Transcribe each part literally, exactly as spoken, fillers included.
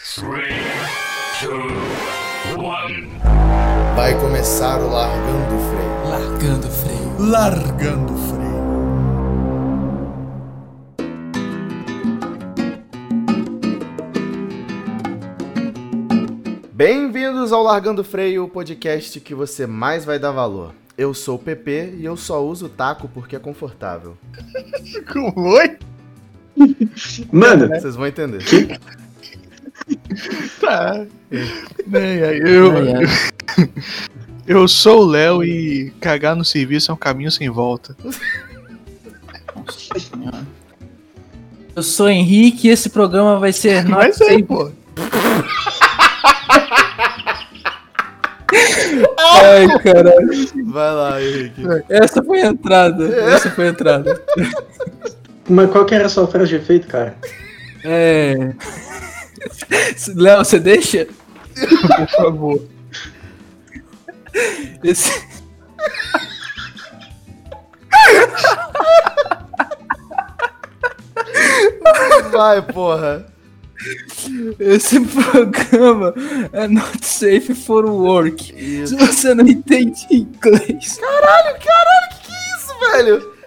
três, dois, um. Vai começar o Largando o Freio. Largando o freio. Largando o Freio. Bem-vindos ao Largando o Freio, o podcast que você mais vai dar valor. Eu sou o P P e eu só uso o taco porque é confortável. Como foi? Mano, Vocês vão entender. Tá. É, eu, eu, eu sou o Léo e cagar no serviço é um caminho sem volta. Eu sou o Henrique e esse programa vai ser Mas é, pô. Ai, caralho. Vai lá, Henrique. Essa foi a entrada. Essa foi a entrada. mas qual que era a sua frase de efeito, cara? É. Léo, você deixa? Por favor. Esse... Vai, porra. Esse programa é not safe for work. Isso. Se você não entende inglês. Caralho, caralho, que que é isso, velho?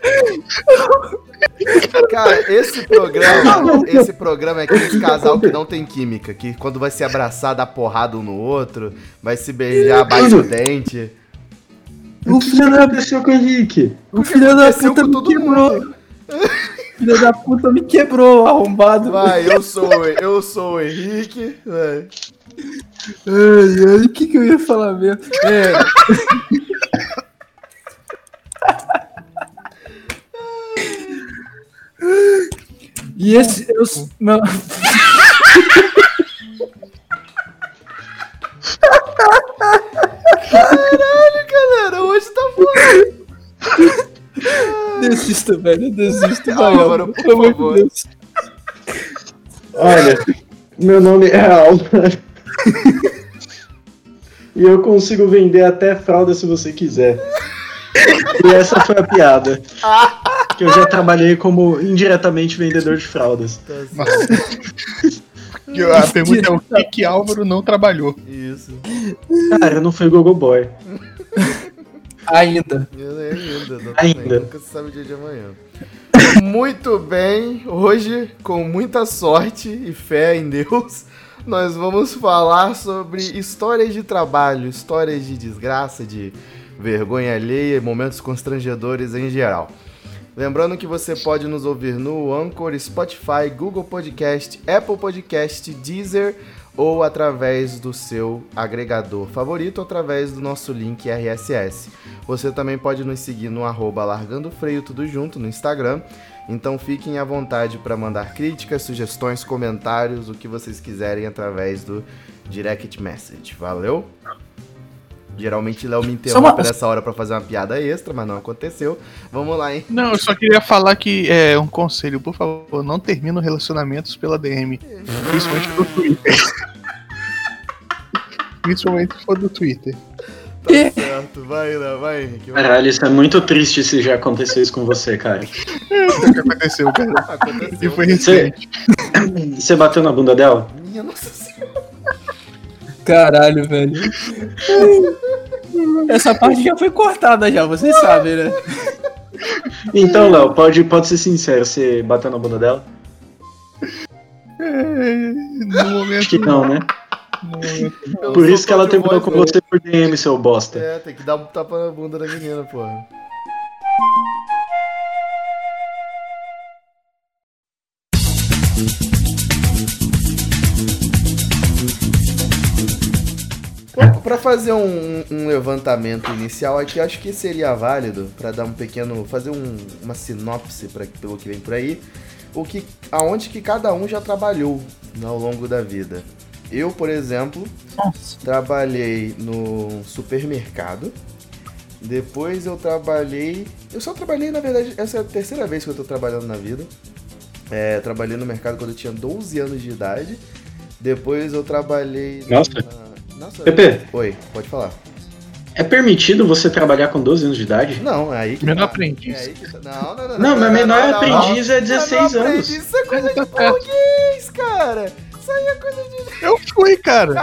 Cara, esse programa, esse programa é aquele casal que não tem química, que quando vai se abraçar, dá porrada um no outro, vai se beijar, bate o dente. O que já aconteceu com o Henrique? O filho da Aconteceu puta com me todo quebrou. mundo. O filho da puta me quebrou, arrombado. Vai, eu sou, eu sou o Henrique. Vai. Ai, ai, o que que eu ia falar mesmo? É. E esse. Eu, meu... Caralho, galera, hoje tá foda. Desisto, velho, desisto. Ah, Vai, Álvaro, Álvaro, por pelo amor de favor. Deus. Olha, meu nome é Álvaro. E eu consigo vender até fralda se você quiser. E essa foi a piada. Que eu já trabalhei como indiretamente vendedor de fraldas. Tá certo. A pergunta é o que que Álvaro não trabalhou. Isso. Cara, eu não fui Gogo Boy. Ainda. Eu nem ainda, não Ainda. Nunca se sabe o dia de amanhã. Muito bem, hoje, com muita sorte e fé em Deus, nós vamos falar sobre histórias de trabalho, histórias de desgraça, de vergonha alheia e momentos constrangedores em geral. Lembrando que você pode nos ouvir no Anchor, Spotify, Google Podcast, Apple Podcast, Deezer ou através do seu agregador favorito, através do nosso link R S S. Você também pode nos seguir no arroba Largando Freio, tudo junto, no Instagram. Então fiquem à vontade para mandar críticas, sugestões, comentários, o que vocês quiserem através do Direct Message. Valeu? Geralmente Léo me interrompe uma... nessa hora pra fazer uma piada extra, mas não aconteceu. Vamos lá, hein? Não, eu só queria falar que é um conselho, por favor, não termina relacionamentos pela D M. Principalmente no Twitter. Principalmente se for do Twitter. Tá certo, vai, Léo, vai, Henrique. Vai. Caralho, isso é muito triste se já aconteceu isso com você, cara. É o que aconteceu, cara. Aconteceu. E foi Você, recente. você bateu na bunda dela? Minha nossa senhora. Caralho, velho. Essa parte já foi cortada já, vocês sabem, né? Então, Léo, pode, pode ser sincero, você bateu na bunda dela? É, no momento. Acho que não, né? No momento. Eu Por sou isso que ela tom de terminou voz, com né? você por D M, seu bosta. É, tem que dar um tapa na bunda da menina, porra. Para fazer um, um levantamento inicial aqui, acho que seria válido para dar um pequeno, fazer um, uma sinopse para pelo que vem por aí, o que, aonde que cada um já trabalhou, né, ao longo da vida. Eu, por exemplo, Nossa. trabalhei no supermercado. Depois eu trabalhei, eu só trabalhei, na verdade, essa é a terceira vez que eu tô trabalhando na vida. É, trabalhei no mercado quando eu tinha doze anos de idade. Depois eu trabalhei... Nossa. Na... Nossa. Pepe. Oi, pode falar. É permitido você trabalhar com doze anos de idade? Não, é aí que Menor tá. aprendiz. É aí que tá. Não, não, não. Não, mas menor não, aprendiz não. é dezesseis Menor anos. aprendiz, isso é coisa Tá de certo. burguês, cara. Isso aí é coisa de... Eu fui, cara.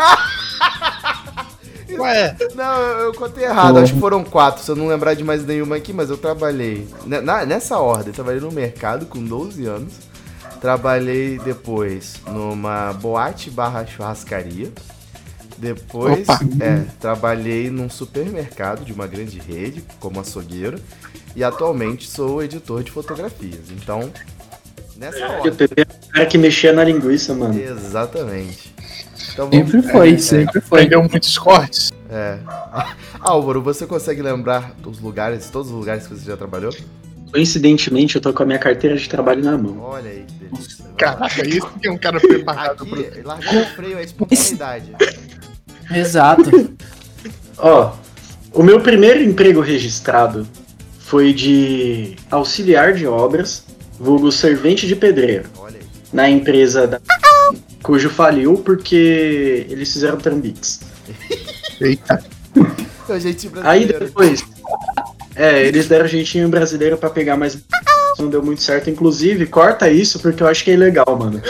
Ué. Não, eu, eu contei errado, acho que foram quatro, se eu não lembrar de mais nenhuma aqui, mas eu trabalhei na, na- nessa ordem, trabalhei no mercado com doze anos, trabalhei depois numa boate barra churrascaria, depois Opa. é, trabalhei num supermercado de uma grande rede, como açougueiro, e atualmente sou editor de fotografias, então, nessa O ordem. Pepe é o cara que mexia na linguiça, mano. Exatamente. Então, vamos- Sempre foi, é, sempre foi. Aprendeu muitos cortes. É. Álvaro, você consegue lembrar dos lugares, todos os lugares que você já trabalhou? Coincidentemente, eu tô com a minha carteira de trabalho na mão. Olha aí, que delícia. Vai lá. Caraca, isso que é um cara preparado pro... Aqui, largar o freio é espontaneidade. Exato. Ó, o meu primeiro emprego registrado foi de auxiliar de obras, vulgo servente de pedreiro, Olha aí. na empresa da... cujo faliu porque eles fizeram trambiques. Eita. É o jeitinho Aí brasileiro. depois, é, eles deram jeitinho brasileiro pra pegar mais... Não deu muito certo, inclusive, corta isso porque eu acho que é ilegal, mano.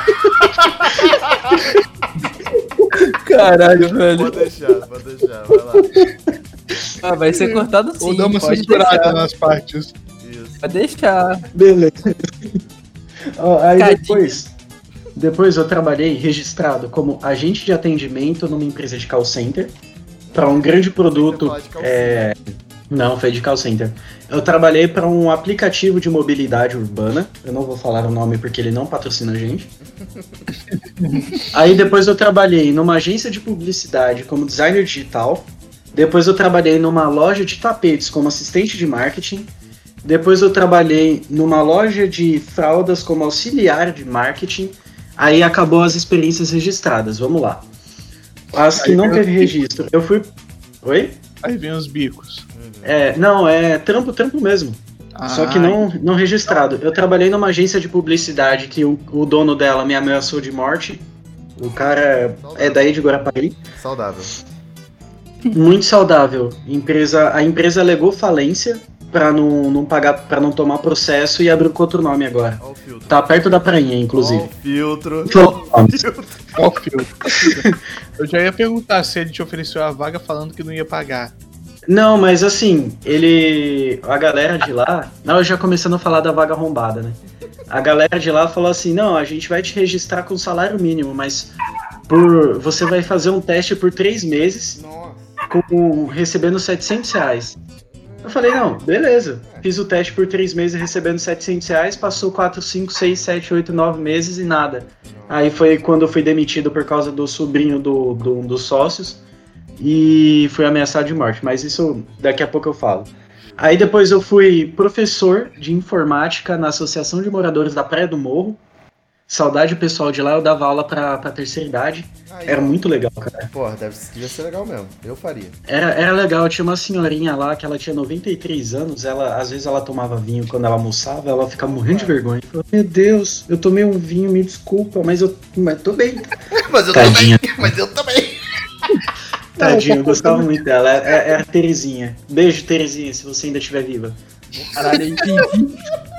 Caralho, velho. Pode deixar, pode deixar, vai lá. Ah, vai ser cortado sim. Ou dá uma pode censurada deixar. nas partes. Isso. Pode deixar. Beleza. Ó, aí Cadinho. depois, depois eu trabalhei registrado como agente de atendimento numa empresa de call center para um grande produto. Você pode call É... Não, foi de call center. Eu trabalhei para um aplicativo de mobilidade urbana. Eu não vou falar o nome porque ele não patrocina a gente. Aí depois eu trabalhei numa agência de publicidade como designer digital. Depois eu trabalhei numa loja de tapetes como assistente de marketing. Depois eu trabalhei numa loja de fraldas como auxiliar de marketing. Aí acabou as experiências registradas. Vamos lá. As que Aí não eu- teve registro. Eu fui. Oi? Aí vem os bicos. É, não, é trampo, trampo mesmo. Só que Ah, não, não registrado. Eu trabalhei numa agência de publicidade que o, o dono dela me ameaçou de morte. O cara é daí de Guarapari. Saudável. Muito saudável. Empresa, a empresa alegou falência pra não, não pagar, para não tomar processo e abriu com outro nome agora. Olha o filtro. Tá perto da prainha, Olha inclusive. o filtro. Falou Olha o nomes. filtro. qual o filtro? Eu já ia perguntar se ele te ofereceu a vaga falando que não ia pagar. Não, mas assim, ele. A galera de lá. Não, eu já começando a falar da vaga arrombada, né? A galera de lá falou assim: não, a gente vai te registrar com salário mínimo, mas por você vai fazer um teste por três meses, Nossa. com, recebendo setecentos reais. Eu falei: não, beleza. Fiz o teste por três meses recebendo setecentos reais, passou quatro, cinco, seis, sete, oito, nove meses e nada. Aí foi quando eu fui demitido por causa do sobrinho do, do, um dos sócios. E fui ameaçado de morte, mas isso daqui a pouco eu falo. Aí depois eu fui professor de informática na Associação de Moradores da Praia do Morro. Saudade pessoal de lá, eu dava aula pra, pra terceira idade. Aí, Era ó. muito legal, cara. Porra, deve, devia ser legal mesmo. Eu faria. Era, era legal, tinha uma senhorinha lá que ela tinha noventa e três anos, ela, às vezes ela tomava vinho quando ela almoçava, ela ficava morrendo de vergonha. Falava, meu Deus, eu tomei um vinho, me desculpa, mas eu mas tô bem. Mas eu Tadinha. também. Mas eu também. Tadinho, eu gostava muito dela, era, era a Terezinha. Beijo, Terezinha, se você ainda estiver viva. Caralho, eu entendi.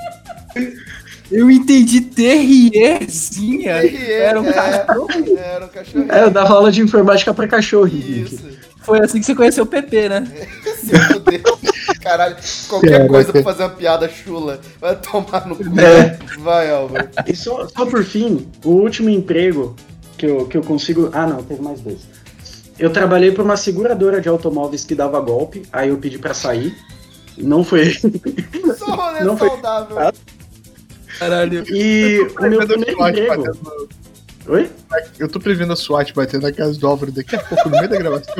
Eu entendi terrierzinha. Era um é, cachorro. Era um cachorrinho. É, eu dava aula de informática pra cachorro. Henrique. Isso. Foi assim que você conheceu o P P, né? Se fudeu. Caralho, qualquer Caraca. coisa pra fazer uma piada chula. Vai tomar no cu. É. Vai, Álvaro. E só, só por fim, o último emprego que eu, que eu consigo. Ah, não, teve mais dois. Eu trabalhei para uma seguradora de automóveis que dava golpe, aí eu pedi pra sair. Não foi. Só rolê Não foi- saudável. Ah. Caralho. E o meu Prevendo primeiro SWAT emprego. batendo- Oi? Eu tô prevendo a SWAT batendo na casa do Álvaro daqui a pouco, no meio da gravação.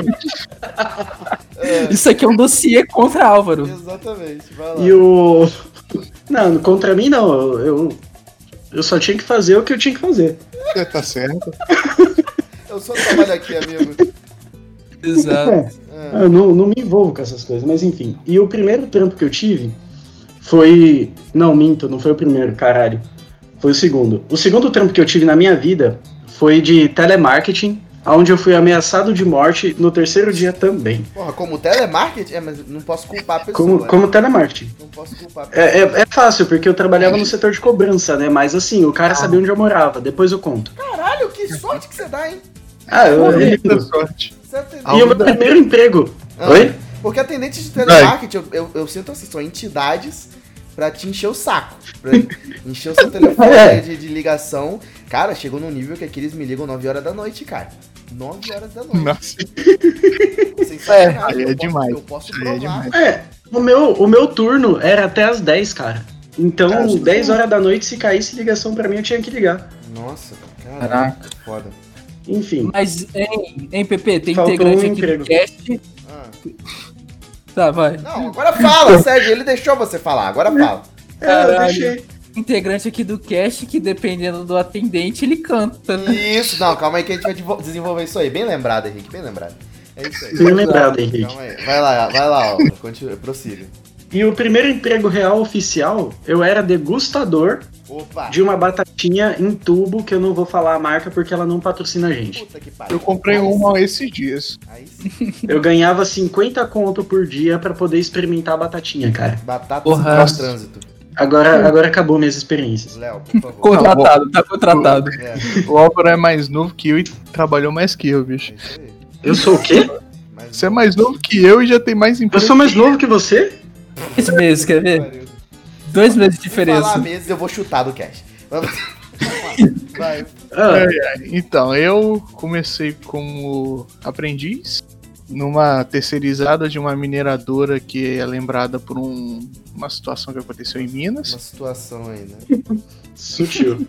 É, Isso aqui é um dossiê contra Álvaro. exatamente. Vai lá. E o. Não, contra mim não. Eu, eu, eu só tinha que fazer o que eu tinha que fazer. É, tá certo. Eu só trabalho aqui, amigo. Exato. É. Eu não, não me envolvo com essas coisas, mas enfim. E o primeiro trampo que eu tive foi. Não, minto, não foi o primeiro, caralho. Foi o segundo. O segundo trampo que eu tive na minha vida foi de telemarketing, onde eu fui ameaçado de morte no terceiro dia também. Porra, como telemarketing? É, mas não posso culpar a pessoa. Como, né? como telemarketing. Não posso culpar a pessoa. É, é, é fácil, porque eu trabalhava no setor de cobrança, né? Mas assim, o cara sabia onde eu morava, depois eu conto. Caralho, que sorte que você dá, hein? Ah, eu, eu, Muita sorte. Você é atendente. E o meu primeiro emprego. Ah, Oi? Porque atendente de telemarketing, eu, eu, eu sinto assim, são entidades pra te encher o saco. Pra encher o seu telefone É. de, de ligação. Cara, chegou num nível que aqui eles me ligam nove horas da noite, cara. nove horas da noite. Nossa, Sem sacanagem, aí é eu posso- demais. Eu posso Aí é provar. demais. É, o meu, o meu turno era até as dez, cara. Então, Cara, dez horas da noite, se caísse ligação pra mim, eu tinha que ligar. Nossa, cara. Caraca. Foda. Enfim. Mas, hein, hein, Pepe, tem Faltou integrante um aqui emprego. do cast. Ah. Tá, vai. Não, agora fala, Sérgio. Ele deixou você falar, agora fala. É, eu Caralho. deixei. Integrante aqui do cast que, dependendo do atendente, ele canta, né? Isso, não, calma aí que a gente vai devo- desenvolver isso aí. Bem lembrado, Henrique, bem lembrado. É isso aí. Bem lembrado, Henrique. Calma aí. Vai lá, vai lá, ó. Continua, prossiga. E o primeiro emprego real oficial, eu era degustador Opa! de uma batatinha em tubo, que eu não vou falar a marca porque ela não patrocina a gente. Puta que pariu. Eu comprei Aí uma sim, esses dias. Aí sim. Eu ganhava cinquenta conto por dia pra poder experimentar a batatinha, cara. Batata Porra. sem trânsito. Agora, agora acabou minhas experiências. Léo, por favor. Contratado, tá contratado. É, O Álvaro é mais novo que eu e trabalhou mais que eu, é bicho. isso aí. Eu sou o quê? Mas Você é mais novo que eu e já tem mais Eu emprego. sou mais novo que você? Esse mês, quer ver? pariu. Dois meses de Se falar diferença. meses, eu vou chutar do cash. Vamos- Vai. Ah, É, é. Então, eu comecei como aprendiz numa terceirizada de uma mineradora que é lembrada por um- uma situação que aconteceu em Minas. Uma situação aí, né? sutil.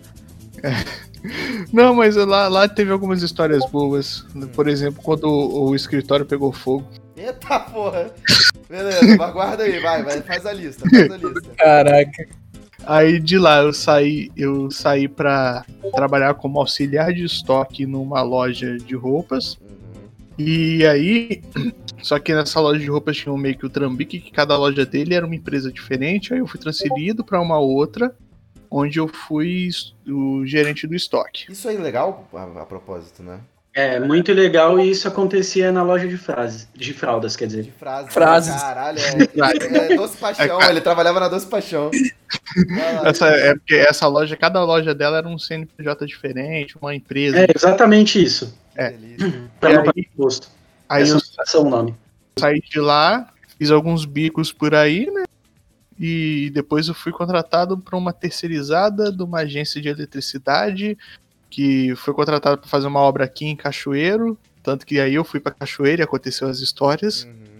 Não, mas lá, lá teve algumas histórias boas. Por exemplo, quando o, o escritório pegou fogo. Eita porra. Beleza, mas guarda aí, vai, vai, faz a lista, faz a lista. Caraca. Aí de lá eu saí, eu saí para trabalhar como auxiliar de estoque numa loja de roupas. Uhum. E aí, só que nessa loja de roupas tinha um meio que o trambique, que cada loja dele era uma empresa diferente. Aí eu fui transferido para uma outra, onde eu fui o gerente do estoque. Isso aí é legal, a, a propósito, né? É, muito legal e isso acontecia na loja de frases, de fraldas, quer De dizer. frases. Frases. Caralho, é, é Doce Paixão, ele trabalhava na Doce Paixão. Vai lá. Essa, é porque essa loja, cada loja dela era um C N P J diferente, uma empresa. É exatamente isso. É. Delícia. Pra E não aí- pagar imposto. Aí é eu associação o nome. saí de lá, fiz alguns bicos por aí, né? E depois eu fui contratado para uma terceirizada de uma agência de eletricidade que foi contratado para fazer uma obra aqui em Cachoeiro, tanto que aí eu fui para Cachoeiro e aconteceu as histórias, Uhum.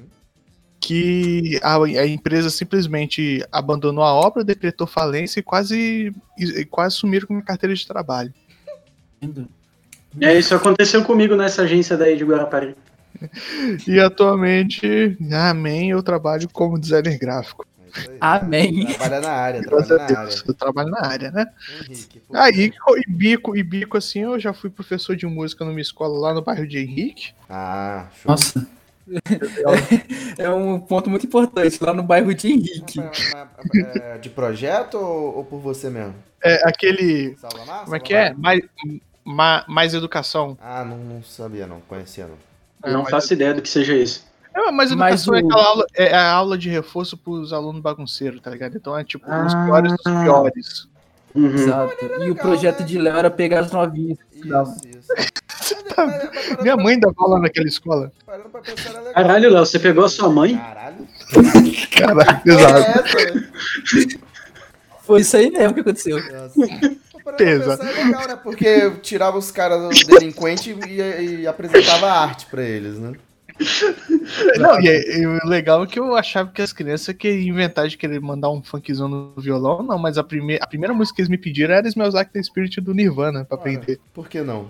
que a, a empresa simplesmente abandonou a obra, decretou falência e quase, e quase sumiram com minha carteira de trabalho. É, isso aconteceu comigo nessa agência daí de Guarapari. E atualmente, amém, eu trabalho como designer gráfico. É isso aí. Amém. Trabalha na área, Graças trabalha a na área. Deus, eu trabalho na área, né? Henrique, por Aí, favor. e bico, e bico assim, eu já fui professor de música numa escola lá no bairro de Henrique. Ah, show. Nossa. É um ponto muito importante lá no bairro de Henrique. Mas, mas, é, de projeto ou, ou por você mesmo? É aquele. Salvamar? Como é que é? Mais, ma- mais educação. Ah, não, não sabia não, conhecia não. É, Não mais- faço ideia do que seja isso. É, mais Mas educação é o- aquela aula, é a aula de reforço pros alunos bagunceiros, tá ligado? Então é tipo os Ah. piores dos piores. Uhum. Exato. E o legal, projeto né? de Léo era pegar as novinhas. Não. Isso, isso. Mas, mas, mas, parando Minha pra- mãe dava aula naquela escola. Parando pra pensar, era legal. Caralho, Léo, você pegou a sua mãe? Caralho. Caralho, É exato. essa, né? Foi isso aí mesmo que aconteceu. Nossa. Parando pra Pesa. pensar, é legal, né? Porque tirava os caras do delinquente e, e apresentava arte pra eles, né? Não, e, é- e o legal é que eu achava que as crianças queriam inventar de querer mandar um funkzão no violão, não, mas a, prime a primeira música que eles me pediram era Smells the Spirit do Nirvana, pra aprender. Por que não?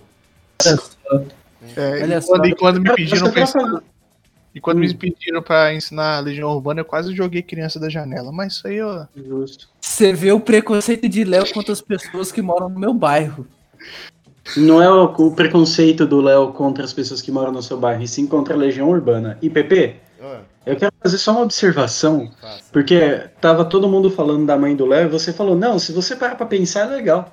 É, Olha e, quando, e quando me Você pediram pra tá ensinar, falando- e quando Hum. me pediram pra ensinar a Legião Urbana, eu quase joguei criança da janela, mas isso aí, ó. Justo. Você vê o preconceito de Léo contra as pessoas que moram no meu bairro. Não é o, o preconceito do Léo contra as pessoas que moram no seu bairro, e sim contra a Legião Urbana. E Pepe, Ó, eu quero fazer só uma observação, faça. porque tava todo mundo falando da mãe do Léo e você falou, não, se você parar pra pensar é legal.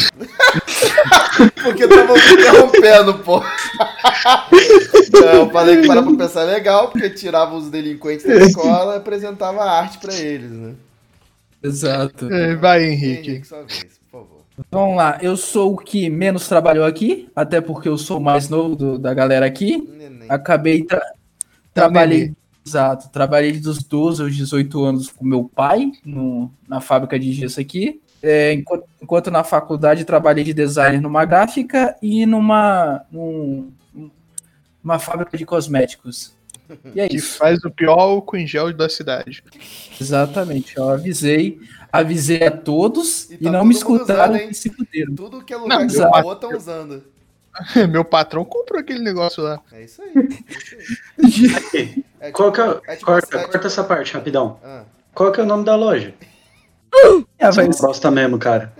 Porque tava me interrompendo, pô. Não, eu falei que para pra pensar legal, porque tirava os delinquentes da escola e apresentava arte pra eles, né? Exato. É, vai, Henrique. Henrique, sua vez, por favor. Vamos lá, eu sou o que menos trabalhou aqui, até porque eu sou o mais novo do- da galera aqui. Neném. Acabei, tra- trabalhei, exato, trabalhei dos doze aos dezoito anos com meu pai no- na fábrica de gesso aqui. É, enquanto, enquanto na faculdade trabalhei de designer numa gráfica e numa, num- numa fábrica de cosméticos. E é Que isso. faz o pior álcool em gel da cidade. Exatamente, eu avisei, avisei a todos E e, tá não todo me mundo escutaram usando, hein? e se fuderam. Tudo que é lugar Não, que exato. eu vou, estão usando. Meu patrão comprou aquele negócio lá. É isso aí. É isso aí. É Qual que é, é tipo- corta, é corta tipo- essa parte, rapidão. Ah, Qual que é o nome da loja? Ah, Você mas- gosta mesmo, cara.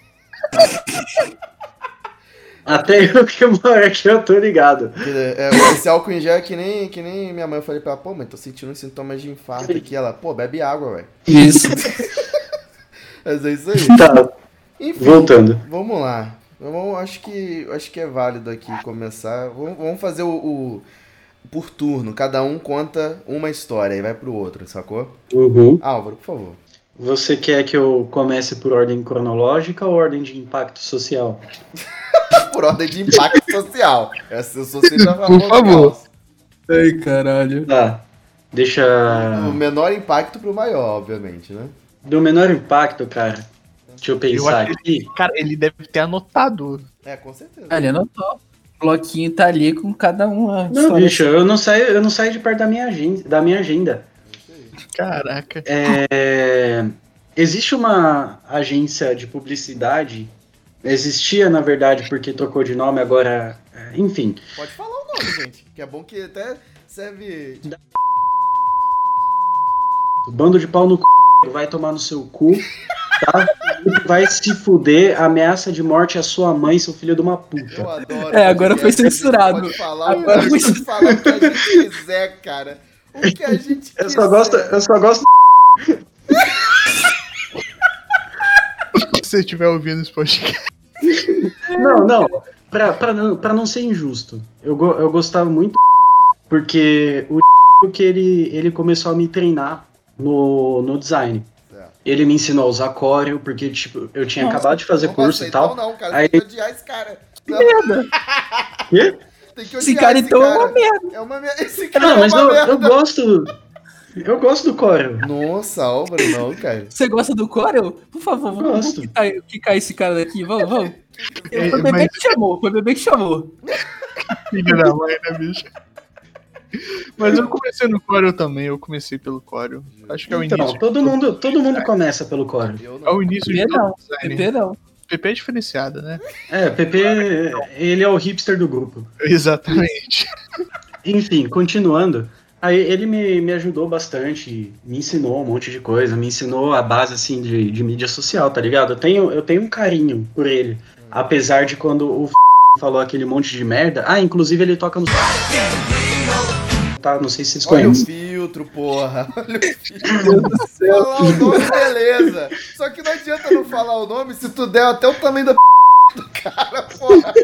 Até eu que moro aqui, eu tô ligado. que- é, esse álcool em gel é que nem, que nem minha mãe. Eu falei pra ela, pô, mãe, tô sentindo uns sintomas de infarto aqui. Ela, pô, bebe água, velho. Isso. Mas é isso aí. Tá, Enfim, voltando. vamos lá. Vamos, acho, que, acho que é válido aqui começar. Vamos, vamos fazer o, o- por turno. Cada um conta uma história e vai pro outro, sacou? Uhum. Álvaro, por favor. Você quer que eu comece por ordem cronológica ou ordem de impacto social? Por ordem de impacto social. Essa eu sou sempre a favor. Por favor. do caos. Ai, caralho. Tá. Deixa. Do menor impacto pro maior, obviamente, né? Do menor impacto, cara. Deixa eu Eu pensar acho aqui. Cara, ele deve ter anotado. É, com certeza. Ele anotou. O bloquinho tá ali com cada um. a Não, história. bicho, eu não saio, eu não saio de perto da minha agenda. Da minha agenda. Caraca. É, existe uma agência de publicidade. Existia, na verdade, porque trocou de nome agora. é, Enfim. Pode falar o nome, gente. Que é bom que até serve. Bando de pau no c... vai tomar no seu cu, tá? Vai se fuder, ameaça de morte à sua mãe, seu filho de uma Eu puta. adoro. É, agora porque foi a gente censurado. Pode falar, Agora a foi gente pode falar o que a gente quiser, cara. O que a gente Eu quiser. só gosto, eu só gosto. Se você estiver ouvindo esse podcast. Não, não. Pra, pra, não, pra não ser injusto, eu, go- eu gostava muito porque o que ele, ele começou a me treinar no, no design. Certo. Ele me ensinou a usar Corel, porque tipo, eu tinha Nossa, acabado de fazer Não curso vai e ser, tal. Então não, cara. Aí- Tem que odiar esse cara. Não, Quê? tem que Esse odiar cara então é uma merda. É uma merda. Esse cara Não, é mas uma eu, merda. eu gosto. Eu gosto do Corel. Nossa, Álvaro, não, cara. Você gosta do Corel? Por favor, vamos, vamos Gosto. quicar, quicar esse cara daqui. Vamos, vamos. É, Foi o bebê mas- que chamou, foi o bebê que chamou. Filho da mãe, né, bicho? Mas eu comecei no Corel também, eu comecei pelo Corel. Acho que é o Então, início. todo mundo, todo mundo começa pelo Corel. Eu É não. o início de Bebê todo não, design. bebê não. P P é diferenciado, né? É, P P, ele é o hipster do grupo. Exatamente. Enfim, continuando. Aí ele me, me ajudou bastante, me ensinou um monte de coisa, me ensinou a base, assim, de, de mídia social, tá ligado? Eu tenho, eu tenho um carinho por ele. Apesar de quando o f... falou aquele monte de merda. Ah, inclusive ele toca no... Tá, não sei se vocês Olha o conhecem. filtro, porra. Olha o filtro. Falar o nome, beleza. Só que não adianta não falar o nome se tu der até o tamanho da p... do cara, porra.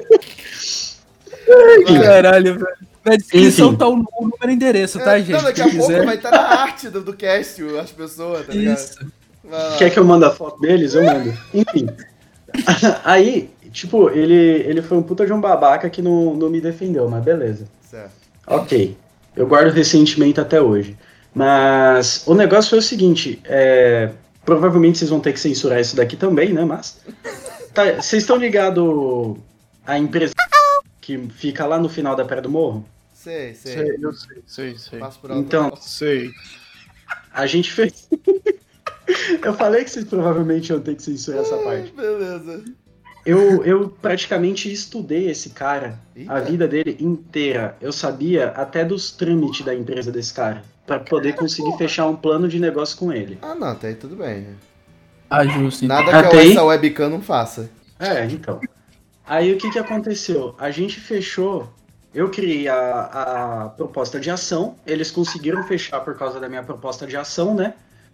Vai. Caralho, velho. Na descrição Enfim. tá o, o número e endereço, tá, É, gente? não, daqui Quem a pouco quiser. vai estar na arte do, do cast as pessoas, tá ligado? Isso. Vai lá. Quer que eu mande a foto deles? Eu mando. Enfim. Aí, tipo, ele, ele foi um puta de um babaca que não, não me defendeu, mas beleza. Certo. Ok. Eu guardo ressentimento até hoje. Mas o negócio foi o seguinte, é, provavelmente vocês vão ter que censurar isso daqui também, né? Mas. Tá, vocês estão ligados à empresa que fica lá no final da Praia do Morro? Sei, sei. Sei, eu sei, sei, sei. Passo por alto. Então, Sei. a gente fez. Eu falei que vocês provavelmente iam ter que censurar essa parte. Beleza. Eu, eu praticamente estudei esse cara, Eita. a vida dele inteira. Eu sabia até dos trâmites da empresa desse cara, pra poder conseguir fechar um plano de negócio com ele. Ah, não, até aí tudo bem. Ah, justo. então. Nada que Até aí? essa webcam não faça. É, então. Aí o que que aconteceu? A gente fechou, eu criei a, a proposta de ação, eles conseguiram fechar por causa da minha proposta de ação, né?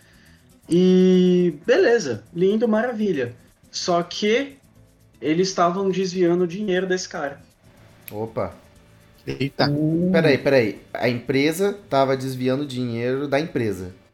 E beleza, lindo, maravilha. Só que eles estavam desviando o dinheiro desse cara. Opa. Eita. Peraí, peraí. A empresa tava desviando dinheiro da empresa.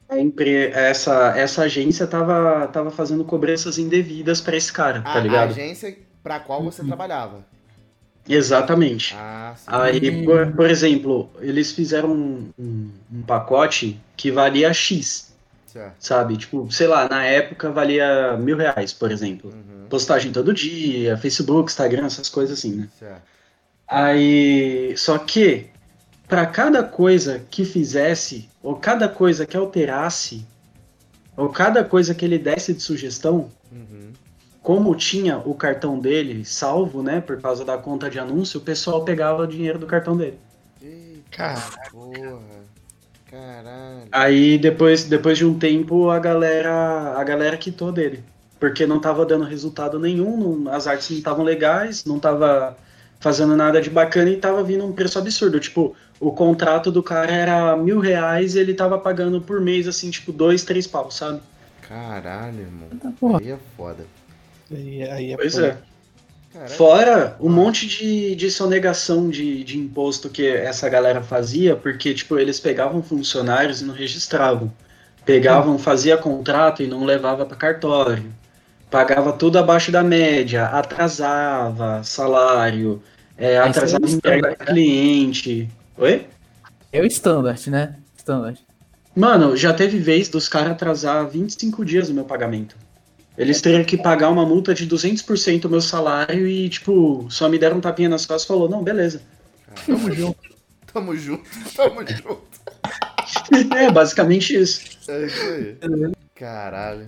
a empre... essa, essa agência tava, tava fazendo cobranças indevidas pra esse cara, Ah, tá a ligado? agência pra qual você trabalhava. Exatamente. Ah, sim. Aí, por, por exemplo, eles fizeram um, um, um pacote que valia X, Certo. sabe? Tipo, sei lá, na época valia mil reais, por exemplo. Uhum. Postagem todo dia, Facebook, Instagram, essas coisas assim, né? Certo. Aí, só que para cada coisa que fizesse, ou cada coisa que alterasse, ou cada coisa que ele desse de sugestão, Uhum. como tinha o cartão dele salvo, né, por causa da conta de anúncio, o pessoal pegava o dinheiro do cartão dele. Eita Cara. porra. Caralho. Aí depois, depois de um tempo a galera, a galera quitou dele, porque não tava dando resultado nenhum, não, as artes não estavam legais, não tava fazendo nada de bacana e tava vindo um preço absurdo. Tipo, o contrato do cara era mil reais e ele tava pagando por mês, assim, tipo, dois, três pau, sabe? Caralho, irmão. Porra. Aí é foda. Aí, aí é Pois foda. é. Caralho. Fora um monte de, de sonegação de, de imposto que essa galera fazia, porque, tipo, eles pegavam funcionários e não registravam. Pegavam, fazia contrato e não levava para cartório. Pagava tudo abaixo da média, atrasava salário, é, Aí atrasava isso é entrega standard, para né? cliente. Oi? É o standard, né? Standard. Mano, já teve vez dos caras atrasar vinte e cinco dias o meu pagamento. Eles teriam que pagar uma multa de duzentos por cento do meu salário e, tipo, só me deram um tapinha nas costas e falou, não, beleza. Tamo junto. Tamo junto, tamo junto. É, basicamente isso. É isso aí. Caralho.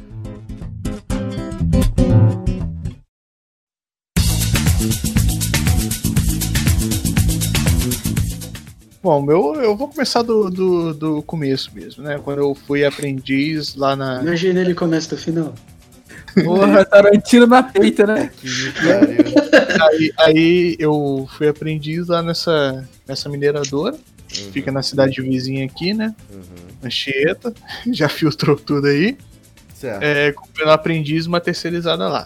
Bom, eu, eu vou começar do, do, do começo mesmo, né? Quando eu fui aprendiz lá na. Imagina ele começa do final. Porra, Tarantino na peita, né? Que me pariu. Aí, aí eu fui aprendiz lá nessa, nessa mineradora. Uhum. Fica na cidade vizinha aqui, né? Uhum. Anchieta. Já filtrou tudo aí. Certo. É, comprei um aprendiz, uma terceirizada lá.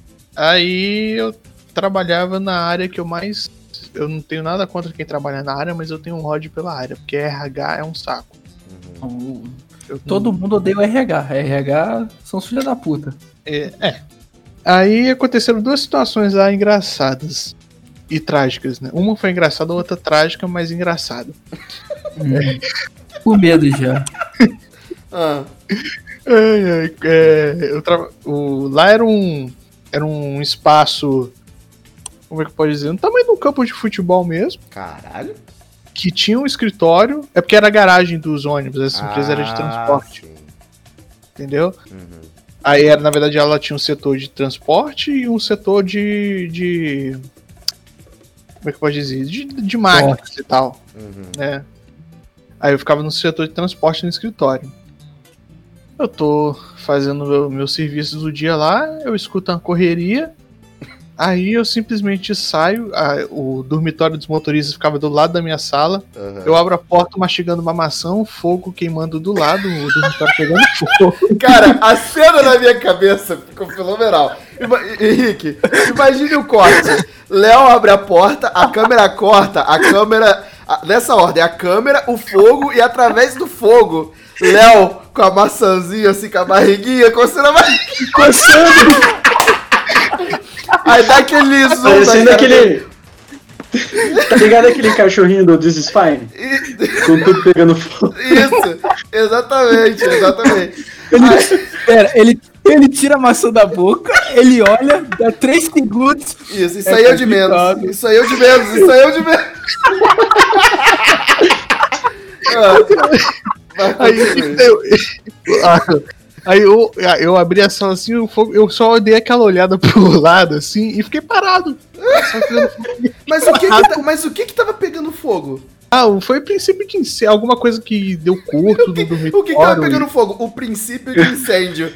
Aí eu trabalhava na área que eu mais. Eu não tenho nada contra quem trabalha na área, mas eu tenho um ódio pela área, porque R H é um saco. Uhum. Eu Todo mundo odeia o R H. R H são os filhos da puta. É, é. Aí aconteceram duas situações lá engraçadas e trágicas, né? Uma foi engraçada, a outra trágica, mas engraçada. Hum. Com medo já. Ah, Ai, ai, é, eu tra... o... Lá era um era um espaço, como é que pode dizer? No tamanho de um campo de futebol mesmo, caralho. que tinha um escritório, é porque era a garagem dos ônibus, essa empresa era de Ah, transporte, sim. entendeu? Uhum. Aí, era, na verdade, ela tinha um setor de transporte e um setor de. de como é que pode dizer? De, de máquinas e tal, Uhum. né? Aí eu ficava no setor de transporte no escritório. Eu tô fazendo meu, meu serviço do dia lá, eu escuto uma correria, aí eu simplesmente saio, a, o dormitório dos motoristas ficava do lado da minha sala, Uhum. eu abro a porta mastigando uma maçã, um fogo queimando do lado, o dormitório pegando fogo. Cara, a cena na minha cabeça ficou fenomenal. Ima- Henrique, imagine o corte. Léo abre a porta, a câmera corta, a câmera. a- nessa ordem, a câmera, o fogo e através do fogo, Léo com a maçãzinha assim, com a barriguinha, coçando a barriguinha. Coçando! Aí dá aquele zoom. Parecendo na cara aquele... Tá ligado aquele cachorrinho do This is Fine? dele. Com tudo pegando fogo. Isso, exatamente, exatamente. Ele, pera, ele, ele tira a maçã da boca, ele olha, dá três segundos. Isso, isso É aí é o de menos. complicado. Isso aí é o de menos, isso aí é o de menos. Ah, vai Aí, continuar. eu, aí eu, eu abri a sala assim, o fogo, eu só dei aquela olhada pro lado assim e fiquei parado. Só fazendo fogo. Mas o que que, tá- mas o que que tava pegando fogo? Ah, foi princípio de incêndio, alguma coisa que deu curto no dormitório. O que que tava pegando fogo? O princípio de incêndio.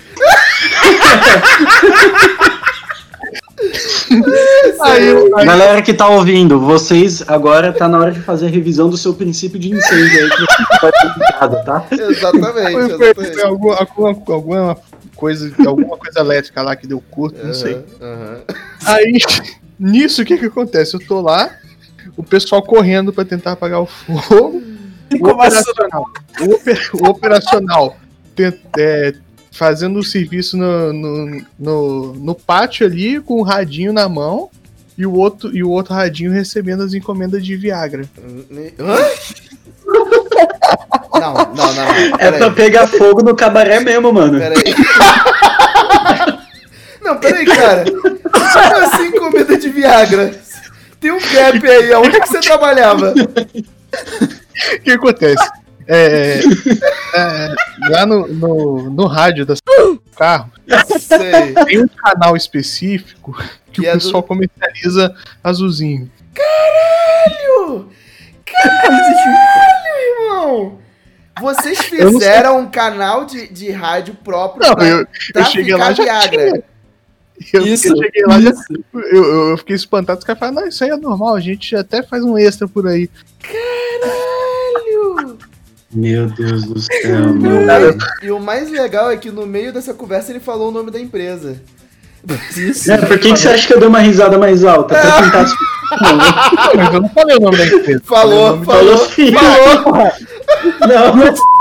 Aí, eu, aí, Galera que tá ouvindo, vocês agora tá na hora de fazer a revisão do seu princípio de incêndio aí que você vai ter cuidado, tá? Exatamente, foi, foi, foi exatamente. alguma, alguma, alguma coisa, alguma coisa elétrica lá que deu curto, não sei. Aham, aham. Aí, nisso, o que que acontece? Eu tô lá, o pessoal correndo pra tentar apagar o fogo. O Ficou maçã. operacional, o, oper- o operacional tent- é, fazendo o serviço no, no, no, no pátio ali, com o radinho na mão, e o outro, e o outro radinho recebendo as encomendas de Viagra. Hã? Não, não, não, não. É pra pegar fogo no cabaré mesmo, mano. Peraí. Não, peraí, cara. Como assim encomenda de Viagra? Tem um gap aí, aonde que você trabalhava? O que acontece? É, é, lá no, no, no rádio do carro, Sei. tem um canal específico que, Que o é pessoal do- comercializa azulzinho. Caralho! Caralho, irmão! Vocês Eu não sei- fizeram um canal de, de rádio próprio Não, pra eu, eu cheguei lá traficar já Viagra. tinha. Eu, Isso, eu cheguei lá já. isso. Eu, eu, eu fiquei espantado. Os caras falaram, não, isso aí é normal, a gente até faz um extra por aí. Caralho! Meu Deus do céu, E o mano. mais- E o mais legal é que no meio dessa conversa ele falou o nome da empresa. Isso. É, por que, que você acha que eu dei uma risada mais alta? Pra tentar se... Não, mas eu não falei o nome da empresa. Falou, Falei o nome falou, Falou sim. falou. Não,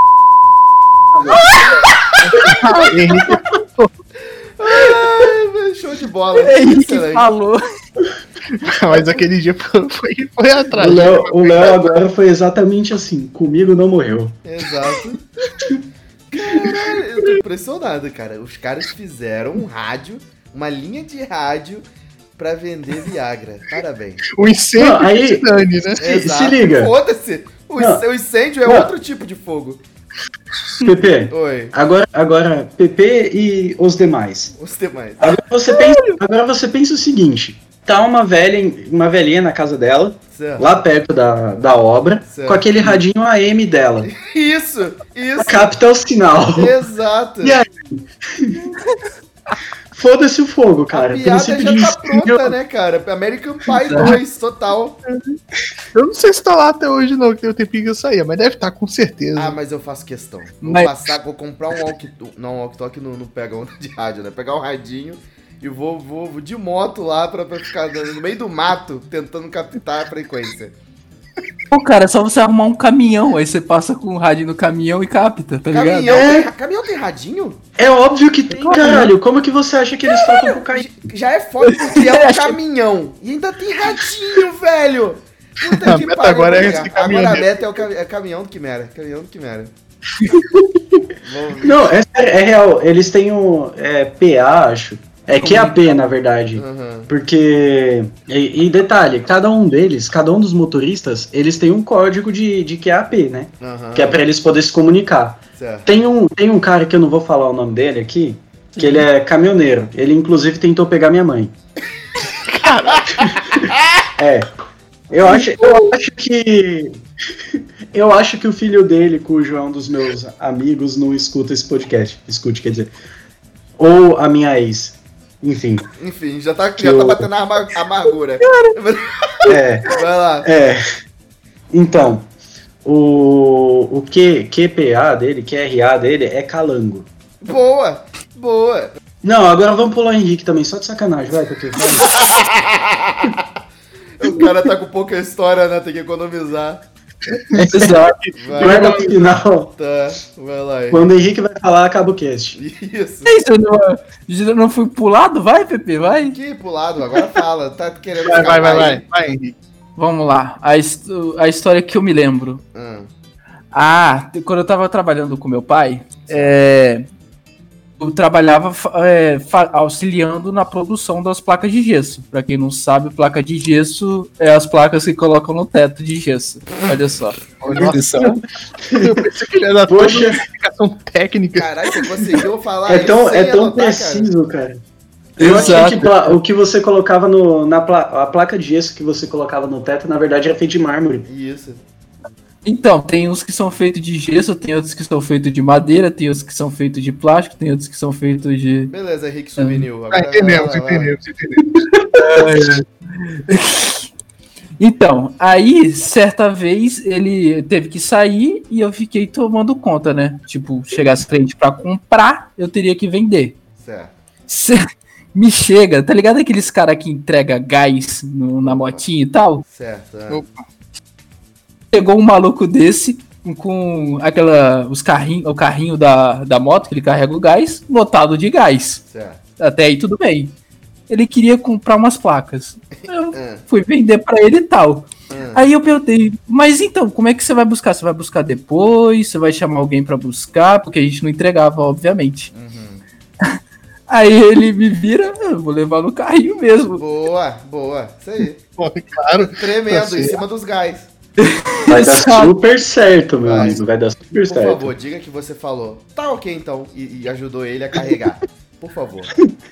da- Henrique. Ai, velho, show de bola. É ele que Excelente. falou. Mas aquele dia foi, foi, foi atrás. o Léo, o Léo agora foi exatamente assim. Comigo não morreu. Exato. Caralho, eu tô impressionado, cara. Os caras fizeram um rádio, uma linha de rádio pra vender Viagra. Parabéns. O incêndio Não, aí- que se dane, né? Se- se liga. Foda-se. O, Não. inc- o incêndio é Não. outro tipo de fogo. Pepe, Oi, agora, agora Pepe e os demais. os demais. Agora você pensa, agora você pensa o seguinte. Tá uma velha, uma velhinha na casa dela, Certo. lá perto da, da obra, Certo. com aquele radinho A M dela. Isso, isso. Capta o sinal. Exato. E aí? Foda-se o fogo, cara. A piada Princípio já de tá incêndio- pronta, né, cara? American Pie dois, total. Eu não sei se tá lá até hoje, não, que tem o tempinho que eu saía, mas deve estar com certeza. Ah, mas eu faço questão. Vou Mas- passar, vou comprar um walkie-talkie. Não, um walkie-talkie não, não pega onda de rádio, né? Pegar um radinho e vou, vou, vou de moto lá pra, pra ficar no meio do mato tentando captar a frequência. Pô, cara, é só você arrumar um caminhão, aí você passa com o rádio no caminhão e capta, tá ligado? Caminhão, É. tem, caminhão tem radinho? É óbvio que tem, caralho. Como que você acha que eles tocam cocaína? Já é foda porque é um caminhão. E ainda tem radinho, velho. Puta A que meta pariu. agora é cara. esse Agora caminhoneiro. a meta é o cam- é caminhão do Quimera. Caminhão do Quimera. Vamos- Não, é, sério, é real. Eles têm o é, P A, acho. É Q A P, na verdade. Aham. Porque. E, e detalhe, cada um deles, cada um dos motoristas, eles têm um código de, de Q A P, né? Aham. Que é pra eles poderem se comunicar. Certo. Tem um, tem um cara que eu não vou falar o nome dele aqui, que ele é caminhoneiro. Ele, inclusive, tentou pegar minha mãe. É. Eu acho, eu acho que. Eu acho que o filho dele, cujo é um dos meus amigos, não escuta esse podcast. Escute, quer dizer. Ou a minha ex. Enfim. Enfim, já tá, Que já tá eu- batendo a amar- amargura. É. Vai lá. É. Então. O, o Q, QPA dele, Q R A dele é calango. Boa, boa. Não, agora vamos pular o Henrique também, só de sacanagem, vai, porque. O cara tá com pouca história, né? Tem que economizar. Exato. Vai, Vai no final. tá, vai lá. aí. Quando o Henrique vai falar, acaba o cast. Isso. É isso, eu não, eu não fui pulado? Vai, Pepe, vai. Que pro lado, agora fala. Tá querendo Vai, vai, vai, escapar vai, aí? vai, Henrique. Vamos lá. A, his- a história que eu me lembro. Ah, Ah, quando eu tava trabalhando com meu pai, é, eu trabalhava fa- é, fa- auxiliando na produção das placas de gesso. Pra quem não sabe, placa de gesso é as placas que colocam no teto de gesso. Olha só. Olha só. Eu pensei que ele ia dar toda Poxa. uma explicação técnica. caralho, você conseguiu falar É isso tão, sem é tão anotar, preciso, cara. Eu achei Exato. que pla- o que você colocava no, na pla- a placa de gesso que você colocava no teto, na verdade, era feito de mármore. Cara? Isso. Então, tem uns que são feitos de gesso, tem outros que são feitos de madeira, tem outros que são feitos de plástico, tem outros que são feitos de. Beleza, Henrique Souvenir. Ah, Agora entendemos, vai lá, vai lá. entendemos, entendemos. Então, aí, certa vez, ele teve que sair e eu fiquei tomando conta, né? Tipo, chegasse cliente pra comprar, eu teria que vender. Certo. Cê- Me chega, tá ligado aqueles cara que entrega gás no- na motinha e tal? Certo. é. Opa. Chegou um maluco desse com aquela, os carrinho, o carrinho da, da moto que ele carrega o gás, lotado de gás. Certo. Até aí tudo bem. Ele queria comprar umas placas. Eu É. fui vender pra ele e tal. É. Aí eu perguntei, mas então, como é que você vai buscar? Você vai buscar depois? Você vai chamar alguém pra buscar? Porque a gente não entregava, obviamente. Uhum. Aí ele me vira, eu vou levar no carrinho mesmo. Boa, boa. Isso aí. Pô, claro. Tremendo, Você- em cima dos gás. Vai dar Sabe? super certo, meu Vai. amigo. Vai dar super Por certo. favor, diga que você falou. Tá ok, então. E, e ajudou ele a carregar. Por favor.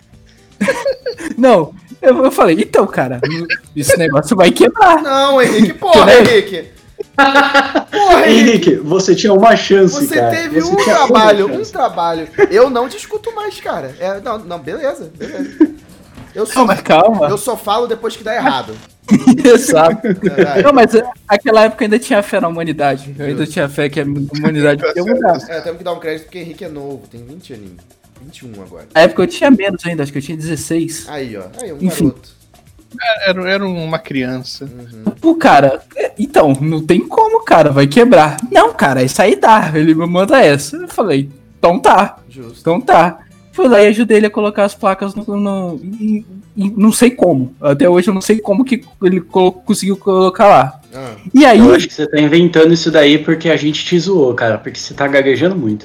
Não, eu, eu falei, então, cara, esse negócio vai quebrar. Não, Henrique, porra, Né? Henrique. Porra, Henrique. Henrique, você tinha uma chance, Você cara. teve Você um tinha uma trabalho, um chance. trabalho. Eu não discuto mais, cara. É, não, não, beleza, beleza. Eu só, Não, mas calma. eu só falo depois que dá errado. Exato. Caralho. Não, mas naquela época eu ainda tinha fé na humanidade. Eu ainda tinha fé que a humanidade ia mudar. É, temos que dar um crédito porque Henrique é novo, tem vinte aninhos. vinte e um agora. Na época eu tinha menos ainda, acho que eu tinha dezesseis. Aí, ó. Aí, um Enfim. garoto. Era, era uma criança. Uhum. Pô, cara, é, então, não tem como, cara, vai quebrar. Não, cara, isso aí dá. Ele me manda essa. Eu falei, então tá, Justo. então tá. Fui lá e ajudei ele a colocar as placas no. no em- em- não sei como. Até hoje eu não sei como que ele colo- conseguiu colocar lá. Ah. E aí. Eu acho que você tá inventando isso daí porque a gente te zoou, cara. Porque você tá gaguejando muito.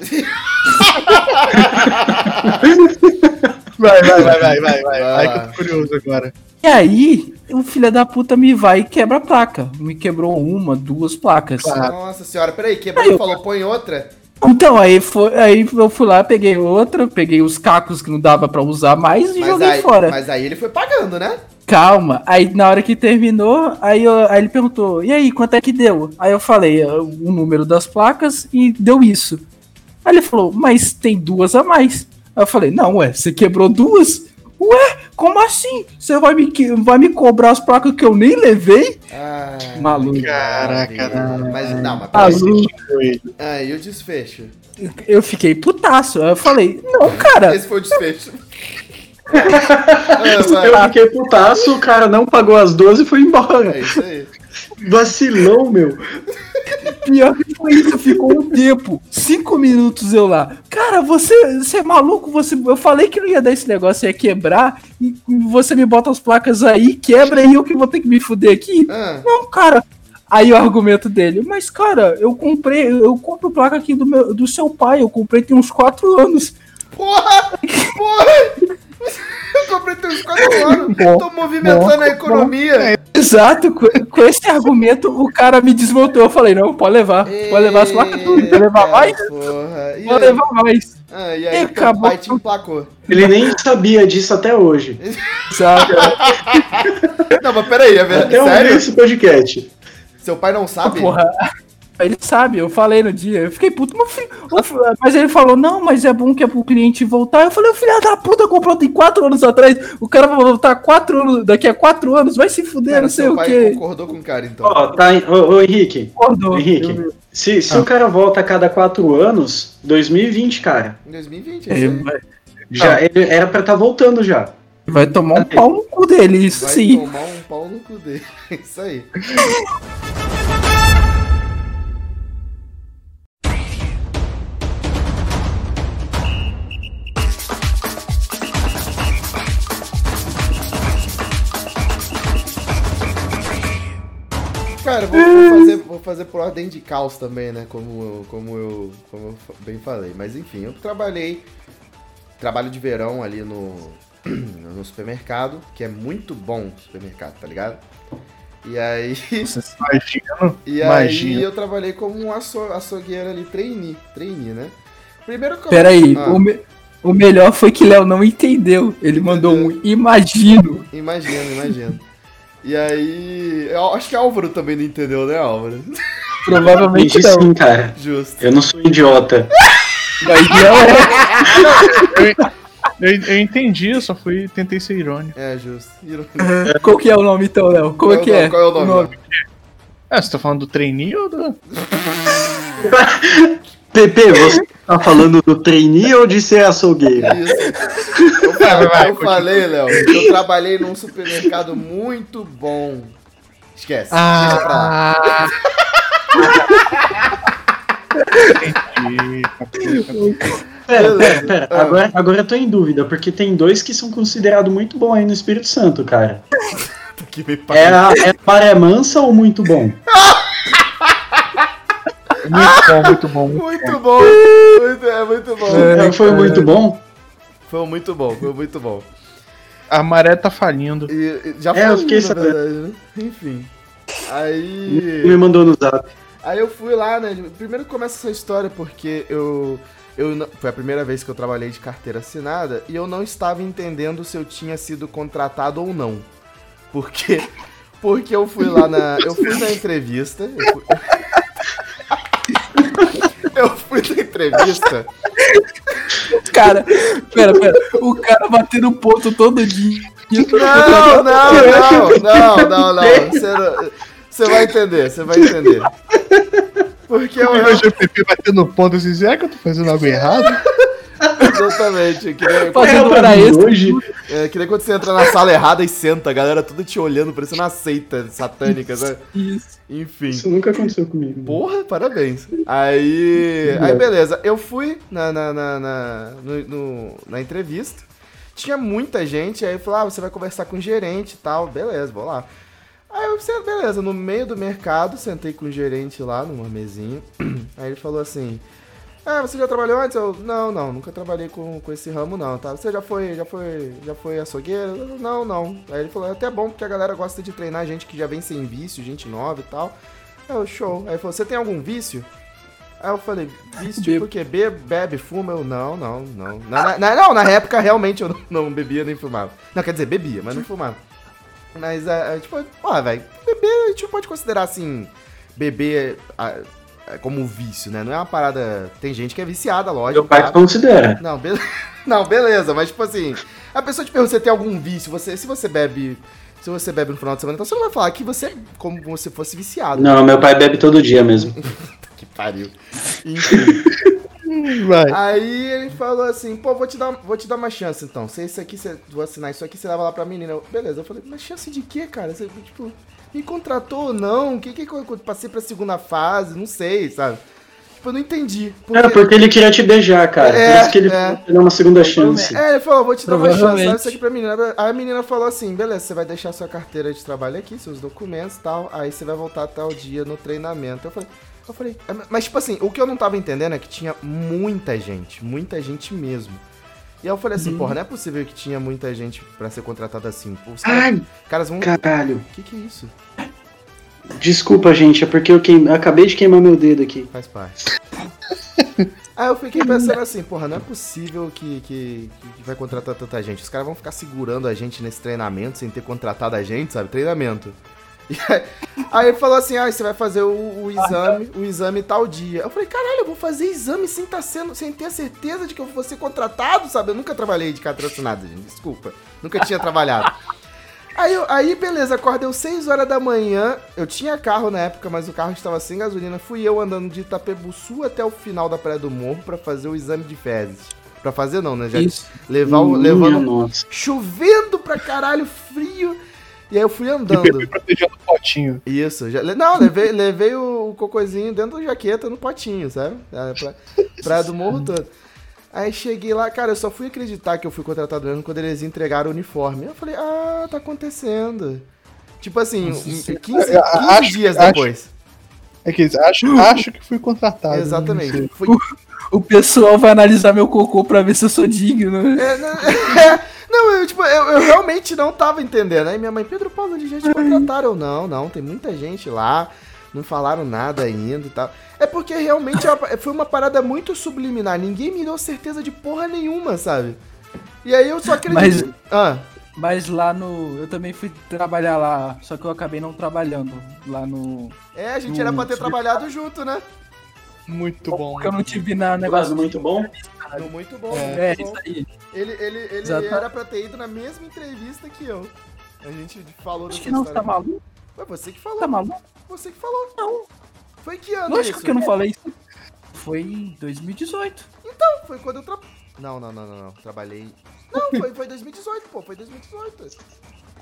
Vai, vai, vai, vai, vai, vai. Vai Vai lá. que eu tô curioso agora. E aí, o filho da puta me vai e quebra a placa. Me quebrou uma, duas placas. Claro. Nossa senhora, peraí, quebrou Aí e eu- falou, põe outra. Então, aí, foi, aí eu fui lá, peguei outra, peguei os cacos que não dava pra usar mais e Mas joguei aí, fora. mas aí ele foi pagando, né? Calma. Aí na hora que terminou, aí, eu- aí ele perguntou, e aí, quanto é que deu? Aí eu falei eh, o número das placas e deu isso. Aí ele falou, mas tem duas a mais. Aí eu falei, não, ué, você quebrou duas? Ué, como assim? Você vai me, que- vai me cobrar as placas que eu nem levei? Ah, Maluco. Caraca, maravilha. Mas não, mas peraí. Maluco. Foi. Ah, e o desfecho? Eu fiquei putaço. Aí eu falei, não, cara. Esse foi o desfecho. Ah, vai. Eu fiquei putaço, o cara não pagou as doze e foi embora. É isso aí. Vacilão, meu. Pior que foi isso, ficou um tempo. Cinco minutos eu lá. Cara, você, você é maluco? Você, eu falei que não ia dar esse negócio, ia quebrar. E você me bota as placas aí, quebra e eu que vou ter que me fuder aqui? Ah, Não, cara. Aí o argumento dele, mas cara, eu comprei, eu compro placa aqui do, meu, do seu pai, eu comprei tem uns quatro anos. porra! Porra! Eu comprei tem uns quatro anos. Bom, Tô movimentando bom, a economia. Exato, com, com esse argumento o cara me desmontou. Eu falei, não, pode levar, pode levar as placas tudo, quer levar Eita, mais? Porra. E Pode aí? levar mais. Ah, e E aí, teu acabou. pai te emplacou. Ele nem sabia disso até hoje. Sabe? Não, mas peraí, é verdade? Até ouvir Sério? esse podcast. Seu pai não sabe? Porra. Ele sabe, eu falei no dia, eu fiquei puto, mas, fi- ô, fi- mas ele falou, não, mas é bom que é pro cliente voltar. Eu falei, o filho da puta comprou tem quatro anos atrás, o cara vai voltar quatro anos, daqui a quatro anos, vai se fuder, Cara, não sei seu o pai quê. concordou com o cara, então. Ó, tá. em- Ô, ô, Henrique. Acordou. Henrique, Eu- se, se Ah. o cara volta a cada quatro anos, dois mil e vinte, cara. Em dois mil e vinte, é Ele isso aí. vai, Já, ele era pra estar voltando já. vai tomar um pau no cu dele, isso Vai sim. tomar um pau no cu dele. Isso aí. Cara, vou, vou fazer, vou fazer por ordem de caos também, né? Como eu, como eu, como eu fa- bem falei. Mas enfim, eu trabalhei, trabalho de verão ali no, no supermercado, que é muito bom o supermercado, tá ligado? E aí, Imagina. e aí Imagina. eu trabalhei como um aço, açougueiro ali, trainee, trainee, né? Primeiro que eu- Peraí, Ah, o, me- o melhor foi que Léo não entendeu. Ele mandou um imagino. Imagino, imagino. E aí, eu acho que Álvaro também não entendeu, né, Álvaro? Provavelmente Entendi não. sim, cara. Justo. Eu não sou idiota. Mas não é. Eu, eu entendi, eu só fui tentei ser irônico. É, justo. Irônico. Qual que é o nome então, Léo? Como é que é? Qual é o nome? Qual é o nome? Ah, você tá falando do trainee ou do. Pepe, você tá falando do trainee ou de ser açougueiro? Isso. Eu, fa- Vai, vai, eu falei, Léo, que eu trabalhei num supermercado muito bom. Esquece. Deixa pra lá. Ah, Pera, pera, pera. Agora, agora eu tô em dúvida, porque tem dois que são considerados muito bons aí no Espírito Santo, cara. Que me É a, é a Maré Mansa ou Muito Bom? Muito bom, muito bom. Muito bom. Muito, é muito bom. É, foi muito bom? Foi muito bom, foi muito bom. A maré tá falindo. E, e já É, eu falou, fiquei na sabendo. verdade, né? Enfim. Aí. Me mandou no zap. Aí eu fui lá, né? Primeiro começa essa história porque eu. eu não- foi a primeira vez que eu trabalhei de carteira assinada e eu não estava entendendo se eu tinha sido contratado ou não. Porque. Porque eu fui lá na. Eu fui na entrevista. Eu fui, eu fui na entrevista. Cara, pera, pera. O cara batendo ponto todo dia. Não, não, não, não, não, não. Você, não- você vai entender, você vai entender. Porque eu. O G P P batendo ponto assim, será que eu tô fazendo algo errado? Exatamente. Eu queria, Fazendo pra hora mim extra. hoje. é, queria quando você entra na sala errada e senta, a galera tudo te olhando, parecendo uma seita satânica, sabe? Isso. Enfim. Isso nunca aconteceu comigo. Porra, parabéns. Aí. Aí, beleza. Eu fui na, na, na, na, no- no- na entrevista. Tinha muita gente, aí falou: ah, você vai conversar com o gerente e tal. Beleza, vou lá. Aí eu pensei, beleza, no meio do mercado, sentei com o gerente lá numa mesinha. Aí ele falou assim: ah, você já trabalhou antes? Eu, não, não, nunca trabalhei com, com esse ramo não, tá? Você já foi, já foi, já foi açougueiro? Eu, não, não. Aí ele falou: é até bom porque a galera gosta de treinar gente que já vem sem vício, gente nova e tal. Aí eu, show. Aí ele falou: você tem algum vício? Aí eu falei: vício Bebo. tipo o quê? Bebe, bebe, fuma? Eu, não, não, não. Na, na, na- não, na época realmente eu não, não bebia nem fumava. Não, quer dizer, bebia, mas não fumava. Mas, é, é, tipo, porra, velho, beber a gente não pode considerar, assim, beber ah, é, como vício, né? Não é uma parada... Tem gente que é viciada, lógico. Meu pai tá? considera. Não, be... não, beleza, mas, tipo assim, a pessoa te pergunta se você tem algum vício, você, se você bebe... Se você bebe no final de semana, então você não vai falar que você é como se você fosse viciado. Não, meu pai bebe todo dia mesmo. Que pariu. Enfim. Vai. Aí ele falou assim, pô, vou te dar, vou te dar uma chance então. Se isso aqui, você, vou assinar isso aqui, você leva lá pra menina. Eu, beleza, eu falei, mas chance de quê, cara? Você, tipo, me contratou ou não? O que que eu passei pra segunda fase? Não sei, sabe? Tipo, eu não entendi. É, porque ele queria te beijar, cara. É, Por isso que ele é. falou pra dar uma segunda chance. É, ele falou, vou te dar uma chance, Provavelmente. dá isso aqui pra menina. Aí a menina falou assim, beleza, você vai deixar sua carteira de trabalho aqui, seus documentos e tal, aí você vai voltar até o dia no treinamento. Eu falei, eu falei, é, mas tipo assim, o que eu não tava entendendo é que tinha muita gente, muita gente mesmo. E aí eu falei assim, porra, não é possível que tinha muita gente pra ser contratada assim. Pô, os caras, Ai, caras vão... caralho. O que que é isso? Desculpa, gente, é porque eu, queim... eu acabei de queimar meu dedo aqui. Faz parte. Aí eu fiquei pensando assim, porra, não é possível que, que, que vai contratar tanta gente. Os caras vão ficar segurando a gente nesse treinamento sem ter contratado a gente, sabe? Treinamento. E aí, aí ele falou assim, ah, você vai fazer o, o exame, o exame tal dia. Eu falei, caralho, eu vou fazer exame sem, tá sendo, sem ter a certeza de que eu vou ser contratado, sabe? Eu nunca trabalhei de carteira assinada, gente, desculpa. Nunca tinha trabalhado. Aí, eu- aí, beleza, acordei às seis horas da manhã. Eu tinha carro na época, mas o carro estava sem gasolina. Fui eu andando de Itapebuçu até o final da Praia do Morro pra fazer o exame de fezes. Pra fazer não, né? Já Isso. levar o, Minha levando nossa. chovendo pra caralho, frio. E aí eu fui E andando. Pepe protegendo o potinho. Isso, já, le- não, levei, levei o, o cocôzinho dentro da jaqueta no potinho, sabe? É, Pra, praia do Morro todo. Aí cheguei lá, cara, eu só fui acreditar que eu fui contratado mesmo quando eles entregaram o uniforme. Eu falei, ah, tá acontecendo. Tipo assim, Nossa, quinze, isso- quinze acho- dias acho- depois. É que acho, acho que fui contratado. Exatamente. Não sei. Fui, O pessoal vai analisar meu cocô pra ver se eu sou digno. é, não, é, não, eu, tipo, eu, eu realmente não tava entendendo. Aí minha mãe, Pedro Paulo, de gente contrataram. Eu, não, não, tem muita gente lá. Não falaram nada ainda e tal. É porque realmente é uma- foi uma parada muito subliminar. Ninguém me deu certeza de porra nenhuma, sabe? E aí eu só acredito. Mas- Ah, Mas lá no. Eu também fui trabalhar lá, só que eu acabei não trabalhando lá no. é, a gente era pra ter trabalhado junto, né? Muito bom. Porque eu não tive na Negócio negócio. muito bom. No muito bom, É, muito isso bom. aí. Ele, ele, ele Exato. era pra ter ido na mesma entrevista que eu. A gente falou Acho dessa que não, você tá história. maluco? Foi você que falou. Tá maluco? Você que falou. Não. Foi que ano Lógico isso? que eu não falei isso. Foi em dois mil e dezoito. Não, foi quando eu tra... Não, não, não, não, não. Trabalhei... Não, foi, foi dois mil e dezoito, pô. Foi dois mil e dezoito.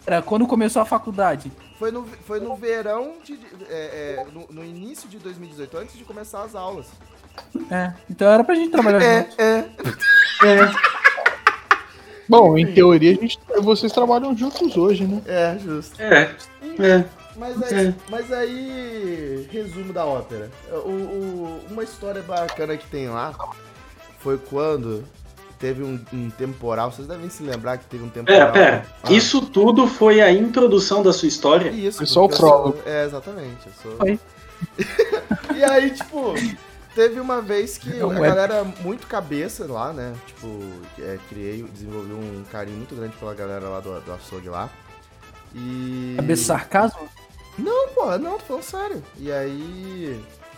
Era quando começou a faculdade. Foi no, foi no verão, de, é, é, no, no início de dois mil e dezoito, antes de começar as aulas. É, então era pra gente trabalhar É, junto. é. É. Bom, em teoria, a gente, vocês trabalham juntos hoje, né? É, justo. É. É. Mas aí, É. mas aí, resumo da ópera. O, o- uma história bacana que tem lá foi quando teve um, um temporal. Vocês devem se lembrar que teve um temporal. Pera, pera. Ah. Isso tudo foi a introdução da sua história? Isso, Foi só o porque eu sou- prólogo. É, exatamente. Eu sou... Foi. E aí, tipo, teve uma vez que É um a web. galera muito cabeça lá, né? Tipo, é, criei, desenvolvi um carinho muito grande pela galera lá do, do açougue lá. E. Cabeça sarcasmo? Não, porra, não, tô falando sério. E aí.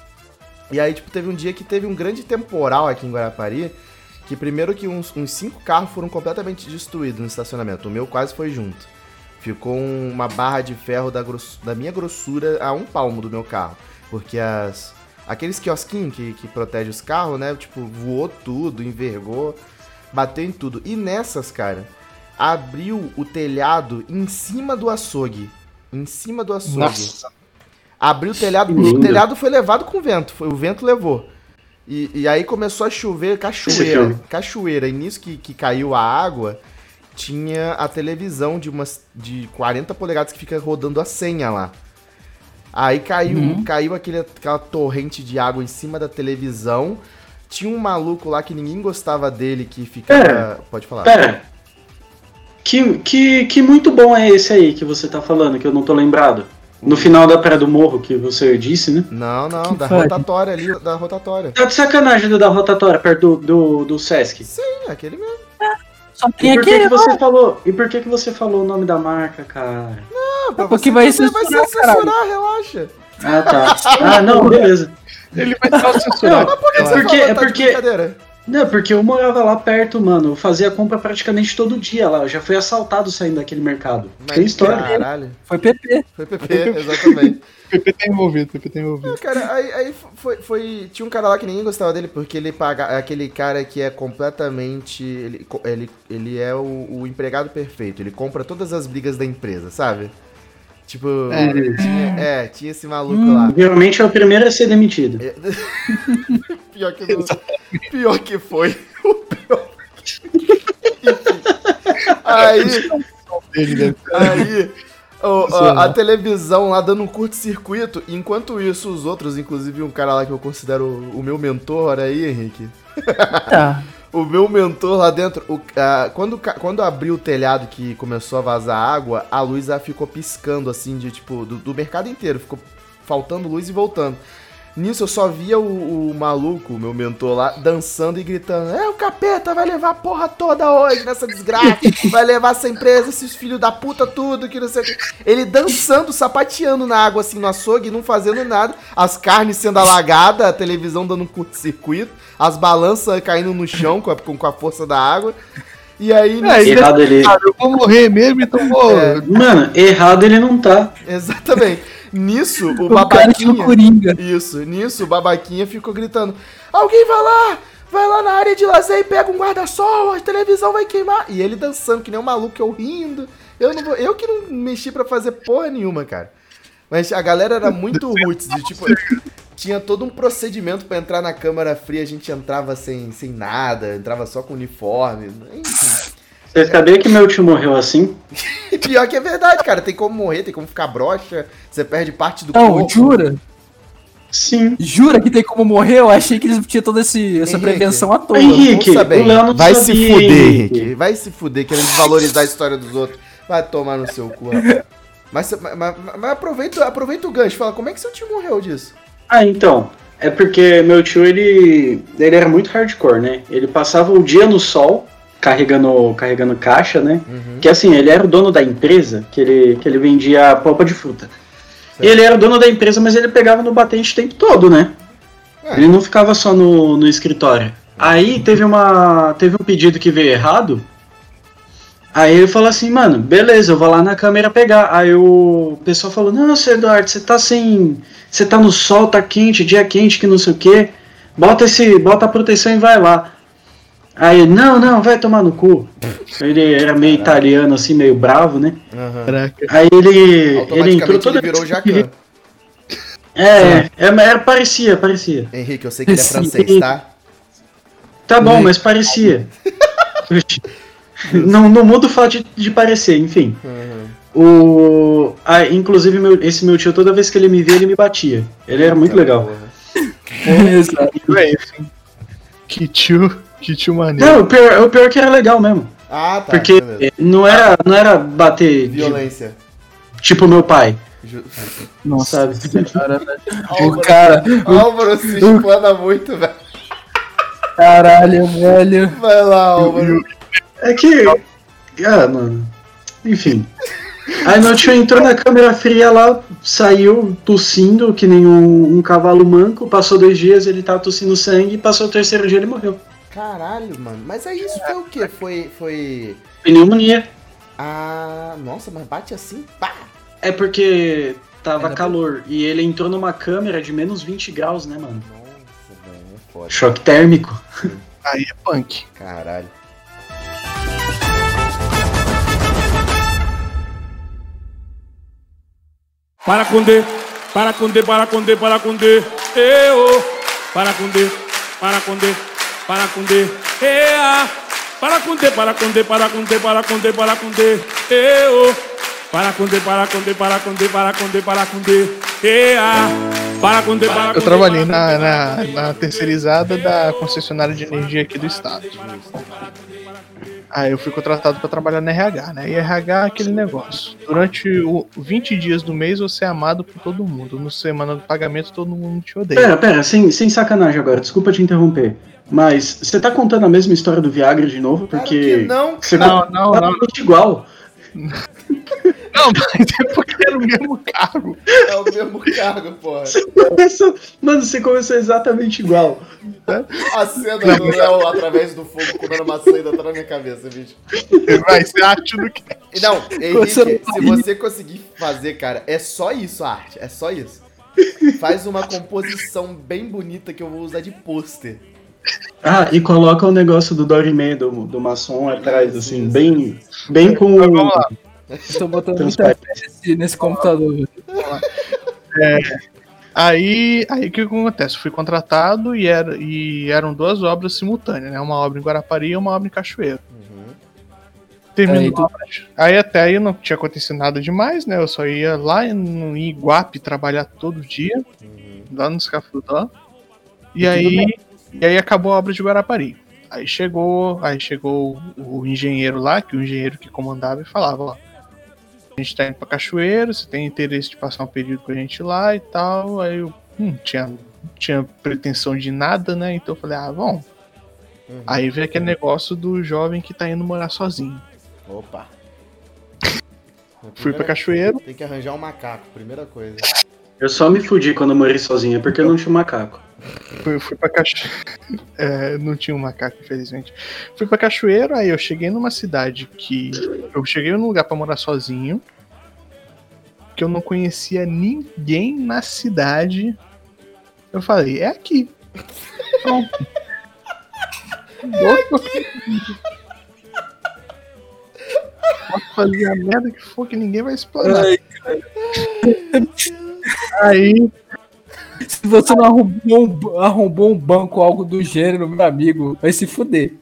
E aí, tipo, teve um dia que teve um grande temporal aqui em Guarapari. Que primeiro que uns, uns cinco carros foram completamente destruídos no estacionamento. O meu quase foi junto. Ficou um- uma barra de ferro da, gross- da minha grossura a um palmo do meu carro. Porque as. Aqueles quiosquinhos que, que protegem os carros, né? Tipo, voou tudo, envergou, bateu em tudo. E nessas, cara, abriu o telhado em cima do açougue. Em cima do açougue. Nossa. Abriu o telhado, Que o lindo. telhado foi levado com o vento, foi, o vento levou. E, e aí começou a chover, Esse cachoeira, filme. cachoeira. E nisso que, que caiu a água, tinha a televisão de umas de quarenta polegadas que fica rodando a senha lá. Aí caiu, Uhum. caiu aquele, aquela torrente de água em cima da televisão. Tinha um maluco lá que ninguém gostava dele, que ficava... Pera. Pode falar. Pera. Que, que, que muito bom é esse aí que você tá falando, que eu não tô lembrado. No final da Praia do Morro, que você disse, né? Não, não, Que da foi? rotatória ali, da rotatória. Tá de sacanagem do da rotatória perto do, do, do Sesc. Sim, aquele mesmo. Só E tem por que, aqui. que você falou? E por que, que você falou o nome da marca, cara? Ah, pra porque você vai também vai censurar, ser censurar, relaxa. Ah, tá. Ah, não, beleza. Ele vai só censurar. Mas por que É você porque- falou, é tá de porque- brincadeira? Não, porque eu morava lá perto, mano. Eu fazia compra praticamente todo dia lá. Eu já fui assaltado saindo daquele mercado. Tem história. Caralho. Foi P P. Foi P P, exatamente. O P P tá envolvido, o P P tá envolvido. Não, cara, aí, aí foi, foi. Tinha um cara lá que ninguém gostava dele, porque ele paga. É aquele cara que é completamente. Ele, ele, ele é o, o empregado perfeito. Ele compra todas as brigas da empresa, sabe? Tipo. É. Tinha, é, tinha esse maluco Hum. lá. Geralmente é o primeiro a ser demitido. Pior que não, pior que foi. O pior. Aí. Ele deve Aí, o- Sei a, lá. a televisão lá dando um curto-circuito, enquanto isso os outros, inclusive um cara lá que eu considero o, o meu mentor aí, Henrique, Tá. o meu mentor lá dentro, o- a- quando, ca- quando abriu o telhado que começou a vazar água, a luz ah, ficou piscando assim, de tipo, do, do mercado inteiro, ficou faltando luz e voltando. Nisso eu só via o, o maluco, o meu mentor lá, dançando e gritando: é, o capeta vai levar a porra toda hoje nessa desgraça, vai levar essa empresa, esses filhos da puta, tudo, que não sei o que. Ele dançando, sapateando na água assim no açougue, não fazendo nada, as carnes sendo alagadas, a televisão dando um curto-circuito, as balanças caindo no chão com a, com, com a força da água. E aí, É, ele- Errado ele. Ah, eu vou morrer mesmo, então vou. É. Mano, errado ele não tá. exatamente. Nisso, o O cara tinha o babaquinha. Coringa. Isso, nisso o babaquinha ficou gritando: alguém vai lá! Vai lá na área de lazer e pega um guarda-sol, a televisão vai queimar. E ele dançando que nem um maluco, eu rindo. Eu, não vou, eu que não mexi pra fazer porra nenhuma, cara. Mas a galera era muito roots, de tipo. Tinha todo um procedimento pra entrar na câmara fria, a gente entrava sem, sem nada, entrava só com uniforme. Enfim. Você sabia que meu tio morreu assim? E pior que é verdade, cara. Tem como morrer, tem como ficar broxa, você perde parte do Não, corpo. jura? Sim. Jura que tem como morrer? Eu achei que eles tinham toda esse, essa Henrique. prevenção à toa. Henrique, Ouça bem, o Léo não vai sabia, se fuder, Henrique. Henrique. Vai se fuder, querendo desvalorizar a história dos outros. Vai tomar no seu cu, rapaz. Mas, mas, mas, mas aproveita, aproveita o gancho, fala, como é que seu tio morreu disso? Ah, então. É porque meu tio, ele, ele era muito hardcore, né? Ele passava o dia no sol, carregando, carregando caixa, né? Uhum. Que assim, ele era o dono da empresa, que ele, que ele vendia polpa de fruta. E ele era o dono da empresa, mas ele pegava no batente o tempo todo, né? É. Ele não ficava só no, no escritório. Aí teve, uma, teve um pedido que veio errado. Aí ele falou assim, mano, beleza, eu vou lá na câmera pegar. Aí o pessoal falou, nossa, Eduardo, você tá sem... Você tá no sol, tá quente, dia quente, que não sei o quê. Bota, esse, bota a proteção e vai lá. Aí ele, não, não, vai tomar no cu. Ele era meio italiano, assim, meio bravo, né? Aham. Caraca. Aí ele, ele entrou Automaticamente toda ele virou o vez que- Jacan. É, é, era, parecia, parecia. Henrique, eu sei que ele é Sim. francês, tá? Tá bom, Sim. mas parecia. não, não muda o fato de, de parecer, enfim. Uhum. O, ah, inclusive, meu- esse meu tio, toda vez que ele me via, ele me batia. Ele era muito legal. Exato. É isso, hein? Que tio, que tio maneiro. Não, o pior, o pior é que era legal mesmo. Ah, tá. Porque beleza. não era, não era bater de- Violência. tipo meu pai, Ju- Nossa, sabe? cara, velho. O Álvaro, cara, Álvaro se explana muito, velho. caralho, velho. Vai lá, Álvaro. É que. Ah, mano. Enfim. Aí meu tio entrou na câmera fria lá, saiu tossindo que nem um, um cavalo manco, passou dois dias, ele tava tossindo sangue, passou o terceiro dia ele morreu. Caralho, mano. Mas aí isso foi o quê? Foi. Foi. Pneumonia. Ah. Nossa, mas bate assim? Pá! É porque tava Ainda calor e ele entrou numa câmera de menos vinte graus, né, mano? Nossa, velho. É foda. Choque térmico. Aí é punk. Caralho. Para com D, para com D, para com D, para com D, eu. Para com D, para com D, para com D, ea. Para com D, para com D, para com D, para com D, para com D, eu. Para com D, para com D, para com D, para com D, para com D, ea. Para com D, para com D. Eu trabalhei na, na, na terceirizada da concessionária de energia aqui do estado. Aí eu fui contratado para trabalhar na R H, né? E R H é aquele negócio. Durante o vinte dias do mês você é amado por todo mundo. No semana do pagamento todo mundo te odeia. Pera, pera, sem, sem sacanagem agora, desculpa te interromper. Mas você tá contando a mesma história do Viagra de novo? Claro Porque. que não. Você Não, conta não, não. exatamente igual. Não, mas é porque era o mesmo cargo. É o mesmo cargo, porra. Você começou- Mano, você começou exatamente igual. A cena do Léo através do fogo comendo maçã ainda tá na minha cabeça, bicho. Vai ser arte do que. E não, Você Henrique, não se você conseguir fazer, cara, é só isso a arte, é só isso. Faz uma composição bem bonita que eu vou usar de pôster. Ah, e coloca o negócio do Dorime do, do maçom atrás, Isso, assim, isso. bem, bem com. Então, vamos lá. Eu tô botando muita Transparente. fé nesse, nesse computador. velho. Aí, aí o que acontece? Fui contratado e, era, e eram duas obras simultâneas, né? Uma obra em Guarapari e uma obra em Cachoeiro. Uhum. Terminou. Aí tu- Aí até aí não tinha acontecido nada demais, né? Eu só ia lá no Iguape trabalhar todo dia, Uhum. lá nos Cafundó. E E tudo aí, e aí acabou a obra de Guarapari. Aí chegou, aí chegou o engenheiro lá, que o engenheiro que comandava e falava, ó, a gente tá indo pra Cachoeiro, você tem interesse de passar um período com a gente lá e tal. Aí eu hum, tinha, tinha pretensão de nada, né? Então eu falei, ah, bom. Uhum. Aí veio aquele negócio do jovem que tá indo morar sozinho. Opa. Fui pra Cachoeiro. Tem que arranjar um macaco, primeira coisa. Eu só me fudi quando eu morri sozinho, porque eu não tinha um macaco. Fui, fui pra Cachoeiro. É, não tinha um macaco, infelizmente. Fui pra Cachoeiro, aí eu cheguei numa cidade que. Eu cheguei num lugar pra morar sozinho. Que eu não conhecia ninguém na cidade. Eu falei, é aqui. Pronto. Posso fazer a merda que for que ninguém vai explorar. Ai, Aí. se você não arrombou um, arrombou um banco ou algo do gênero, meu amigo, vai se fuder.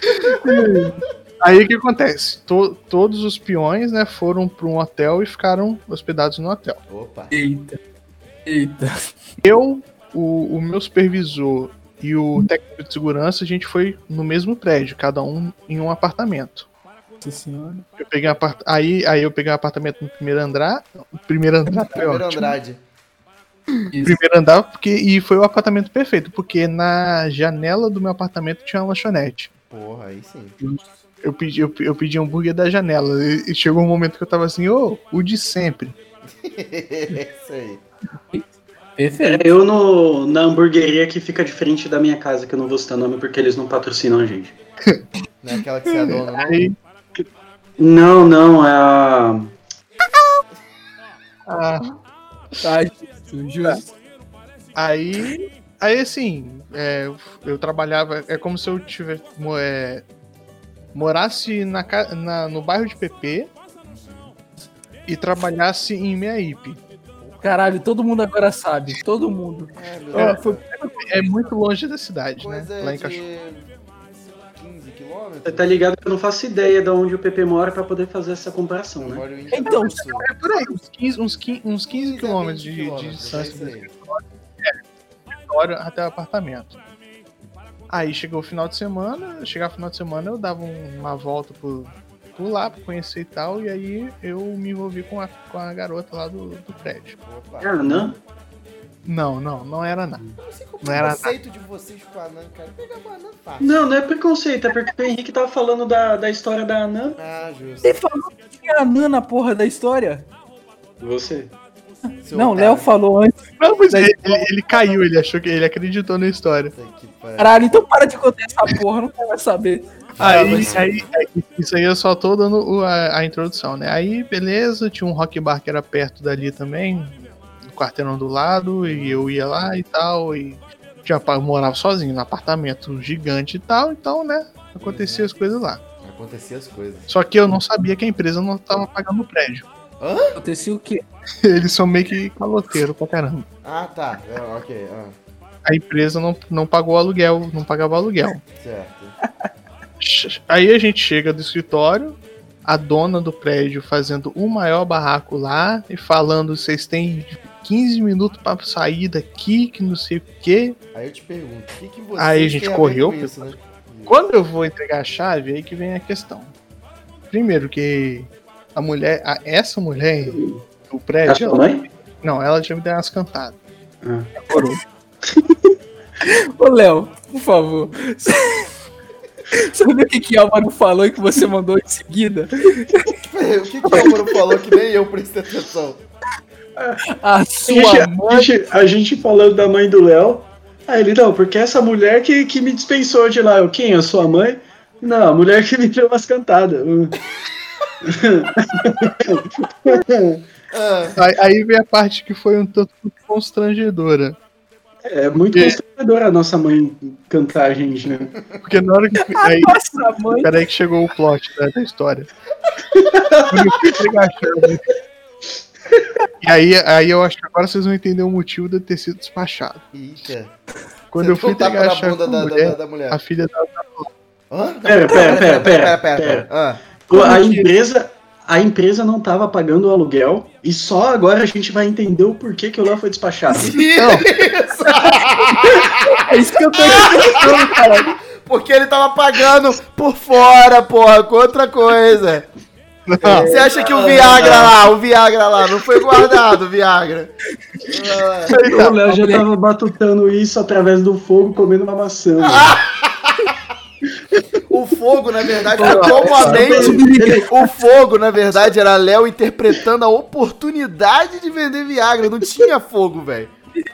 Aí o que acontece? To- todos os peões, né, foram para um hotel e ficaram hospedados no hotel. Opa. Eita. Eita. Eu, o, o meu supervisor e o técnico de segurança, a gente foi no mesmo prédio, cada um em um apartamento. Nossa senhora. Eu peguei um apart... aí, aí eu peguei um apartamento no primeiro andar. O primeiro andar foi Primeiro ótimo. Andrade. Isso. Primeiro andar, porque, e foi o apartamento perfeito, porque na janela do meu apartamento tinha uma lanchonete. Porra, aí sim. Eu pedi, eu, eu pedi hambúrguer da janela. E, e chegou um momento que eu tava assim, ô, o de sempre. Isso aí. Perfeito. Eu no, na hamburgueria que fica de frente da minha casa, que eu não vou citar nome porque eles não patrocinam a gente. Não é aquela que você é dona, não? Aí, Não, não, é a. ah, Tá, justo, justo. aí Aí, assim, é, eu trabalhava... É como se eu tivesse... É, morasse na, na, no bairro de P P e trabalhasse em Meiaípe. Caralho, todo mundo agora sabe. Todo mundo. É, meu É, Deus. foi- é muito longe da cidade, Coisa né? Lá em de Cachoeira. quinze quilômetros. Você tá ligado que eu não faço ideia de onde o P P mora pra poder fazer essa comparação, Eu né? moro em Então, Jataí do Sul. É por aí, uns quinze, uns quinze, uns quinze quinze a quilômetros vinte de, de quilômetros, distância é do isso aí. escritório até o apartamento. Aí chegou o final de semana, chegava o final de semana eu dava um- uma volta por, por lá pra conhecer e tal, e aí eu me envolvi com a, com a garota lá do, do prédio. Opa. Ah, não? Não, não, não era nada. Eu não sei qual Não é o era conceito de vocês com a Anã, cara. Pegar uma Anã fácil. Não, não é preconceito, é porque o Henrique tava falando da, da história da Anã. Ah, justo. Você falou que tinha Anã na porra da história? Você. Seu Não, o otário. Léo falou antes. Não, mas ele, ele- ele caiu, ele achou que ele acreditou na história. Puta que pariu. Caralho, então para de contar essa porra, não quero mais saber. Aí, mas- aí, aí, isso aí eu só tô dando o- a, a introdução, né? Aí, beleza, tinha um rock bar que era perto dali também, do quarteirão do lado, e eu ia lá e tal, e tinha, eu morava sozinho, num apartamento gigante e tal, então, né, acontecia as coisas lá. Acontecia as coisas. Só que eu não sabia que a empresa não tava pagando o prédio. Aconteceu o quê? Eles são meio que caloteiro pra caramba. Ah, tá. É, ok. Ah, A empresa não, não pagou o aluguel, não pagava o aluguel. certo. Aí a gente chega do escritório, a dona do prédio fazendo o maior barraco lá e falando: vocês têm quinze minutos pra sair daqui, que não sei o quê. Aí eu te pergunto, o que, que você Aí a gente tem ver correu, com isso, né? Quando eu vou entregar a chave, aí que vem a questão. Primeiro que a mulher, a- essa mulher do É a prédio, sua ela- mãe? não, ela já me deu umas cantadas. Ah. Coroa. Ô, Léo, por favor. Sabe o que, que Álvaro falou e que você mandou em seguida? O que, que o Álvaro falou que nem eu prestei atenção? A A sua gente, mãe. a, gente, a gente falando da mãe do Léo. Aí ele, não, porque essa mulher que, que me dispensou de lá. Eu, quem? A sua mãe? Não, a mulher que me deu umas cantadas. Ah, Aí, aí vem a parte que foi um tanto constrangedora. É muito constrangedora a nossa mãe cantar a gente, né? Porque na hora que. Aí, Nossa, mãe. peraí que chegou o plot da, da história. Quando eu fui entregar a chave. E aí, aí eu acho que agora vocês vão entender o motivo de eu ter sido despachado. eita. Quando Você eu fui deu um tapa entregar a na chave bunda pra da, mulher, da, da mulher. a filha da... Hã? Pera, pera, pera, pera, pera. Ah, Pô, A empresa, a empresa não tava pagando o aluguel e só agora a gente vai entender o porquê que o Léo foi despachado. É isso que eu tô explicando, cara. porque ele tava pagando por fora, porra, com outra coisa. Você acha que o Viagra lá, o Viagra lá, não foi guardado, o Viagra? Ah, O Léo já tava batutando isso através do fogo, comendo uma maçã. o fogo, na verdade, foi comumente. O fogo, na verdade, era Léo interpretando a oportunidade de vender Viagra. Não tinha fogo, velho.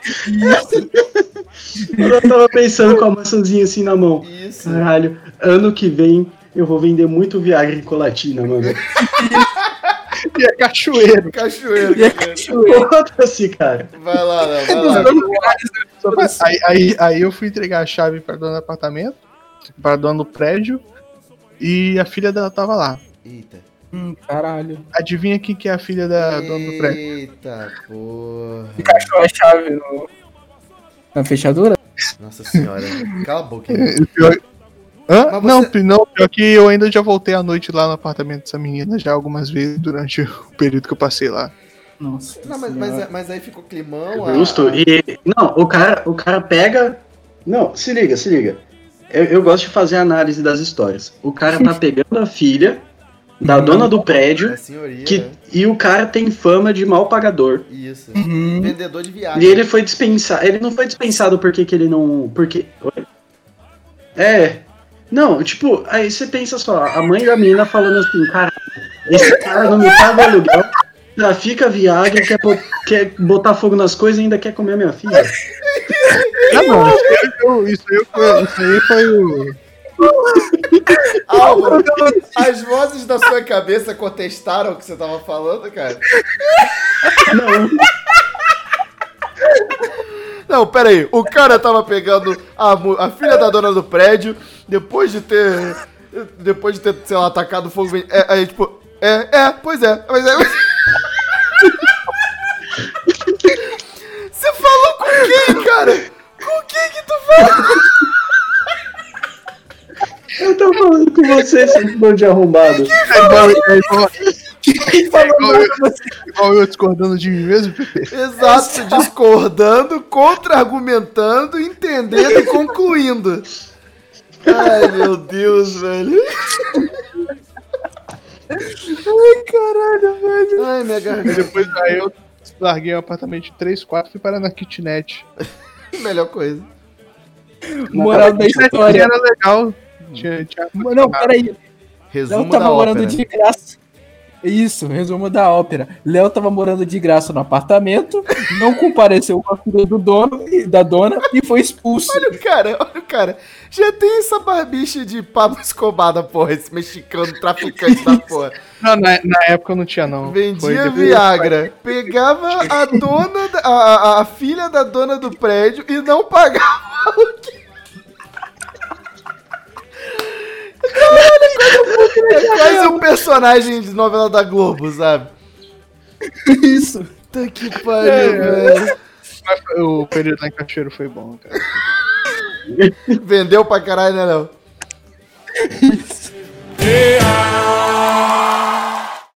Eu tava pensando com a maçãzinha assim na mão. Isso. Caralho, ano que vem eu vou vender muito Viagra e colatina, mano. E é cachoeiro. Cachoeiro. E é cachoeiro. Foda-se, cara. Vai lá, Léo, vai lá. Só pra- Aí, aí, aí eu fui entregar a chave pra dona do apartamento, pra dona do prédio, e a filha dela tava lá. Eita. Hum, caralho. Adivinha quem que é a filha da dona do prédio? Eita, porra. Encaixou a chave no... na fechadura? Nossa senhora. Cala a boca. hein? O pior- Hã? Mas Não, você- pi- não, pior que eu ainda já voltei à noite lá no apartamento dessa menina já algumas vezes durante o período que eu passei lá. Nossa. Não, mas, Senhora. mas, mas aí ficou climão. a- Justo. E. Não, o cara, o cara pega. Não, se liga, se liga. Eu, eu gosto de fazer análise das histórias. O cara tá pegando a filha da dona do prédio a senhoria. que, né? e o cara tem fama de mal pagador. Isso. Uhum. Vendedor de Viagra. E ele foi dispensado. Ele não foi dispensado porque que ele não. Porque. Oi? É. Não, tipo, aí você pensa só, a mãe da menina falando assim, cara, esse cara não me paga aluguel, trafica Viagra, quer, bo- quer botar fogo nas coisas e ainda quer comer a minha filha. Ah, não, isso aí, foi- isso aí foi, isso aí foi o. Álvaro, as vozes da sua cabeça contestaram o que você tava falando, cara? Não, Não, pera aí. O cara tava pegando a, mu- a filha da dona do prédio, depois de ter... Depois de ter, sei lá, atacado fogo... É, aí, tipo... É, é, pois é. Mas é... Você falou com quem, cara? Com quem que tu falou? Eu tô falando com você, seu bando de arrombado. É igual, é igual, Quem falou igual nada eu- pra você? igual eu discordando de mim mesmo, Pepe. Exato, discordando, contra-argumentando, entendendo e concluindo. Ai, meu Deus, velho. Ai, caralho, velho. Ai, minha E garganta. depois aí eu larguei um apartamento de três, quatro e fui parar na kitnet. Melhor coisa. Moral da Kitnet história. era legal. Tinha, tinha Não, peraí. Léo Resumo tava da morando ópera. de graça. Isso, resumo da ópera. Léo tava morando de graça no apartamento, não compareceu com a filha do dono e da dona e foi expulso. Olha o cara, olha o cara. Já tem essa barbicha de Pablo Escobar da porra, esse mexicano traficante da porra. Não, na, na época não tinha, não. Foi Vendia depois- Viagra, pegava a dona, da- a, a, a filha da dona do prédio e não pagava aluguel. É quase um personagem de novela da Globo, sabe? Isso. Puta que pariu, É, velho. Mas o período lá em Cachoeiro foi bom, cara. Vendeu pra caralho, né, Léo?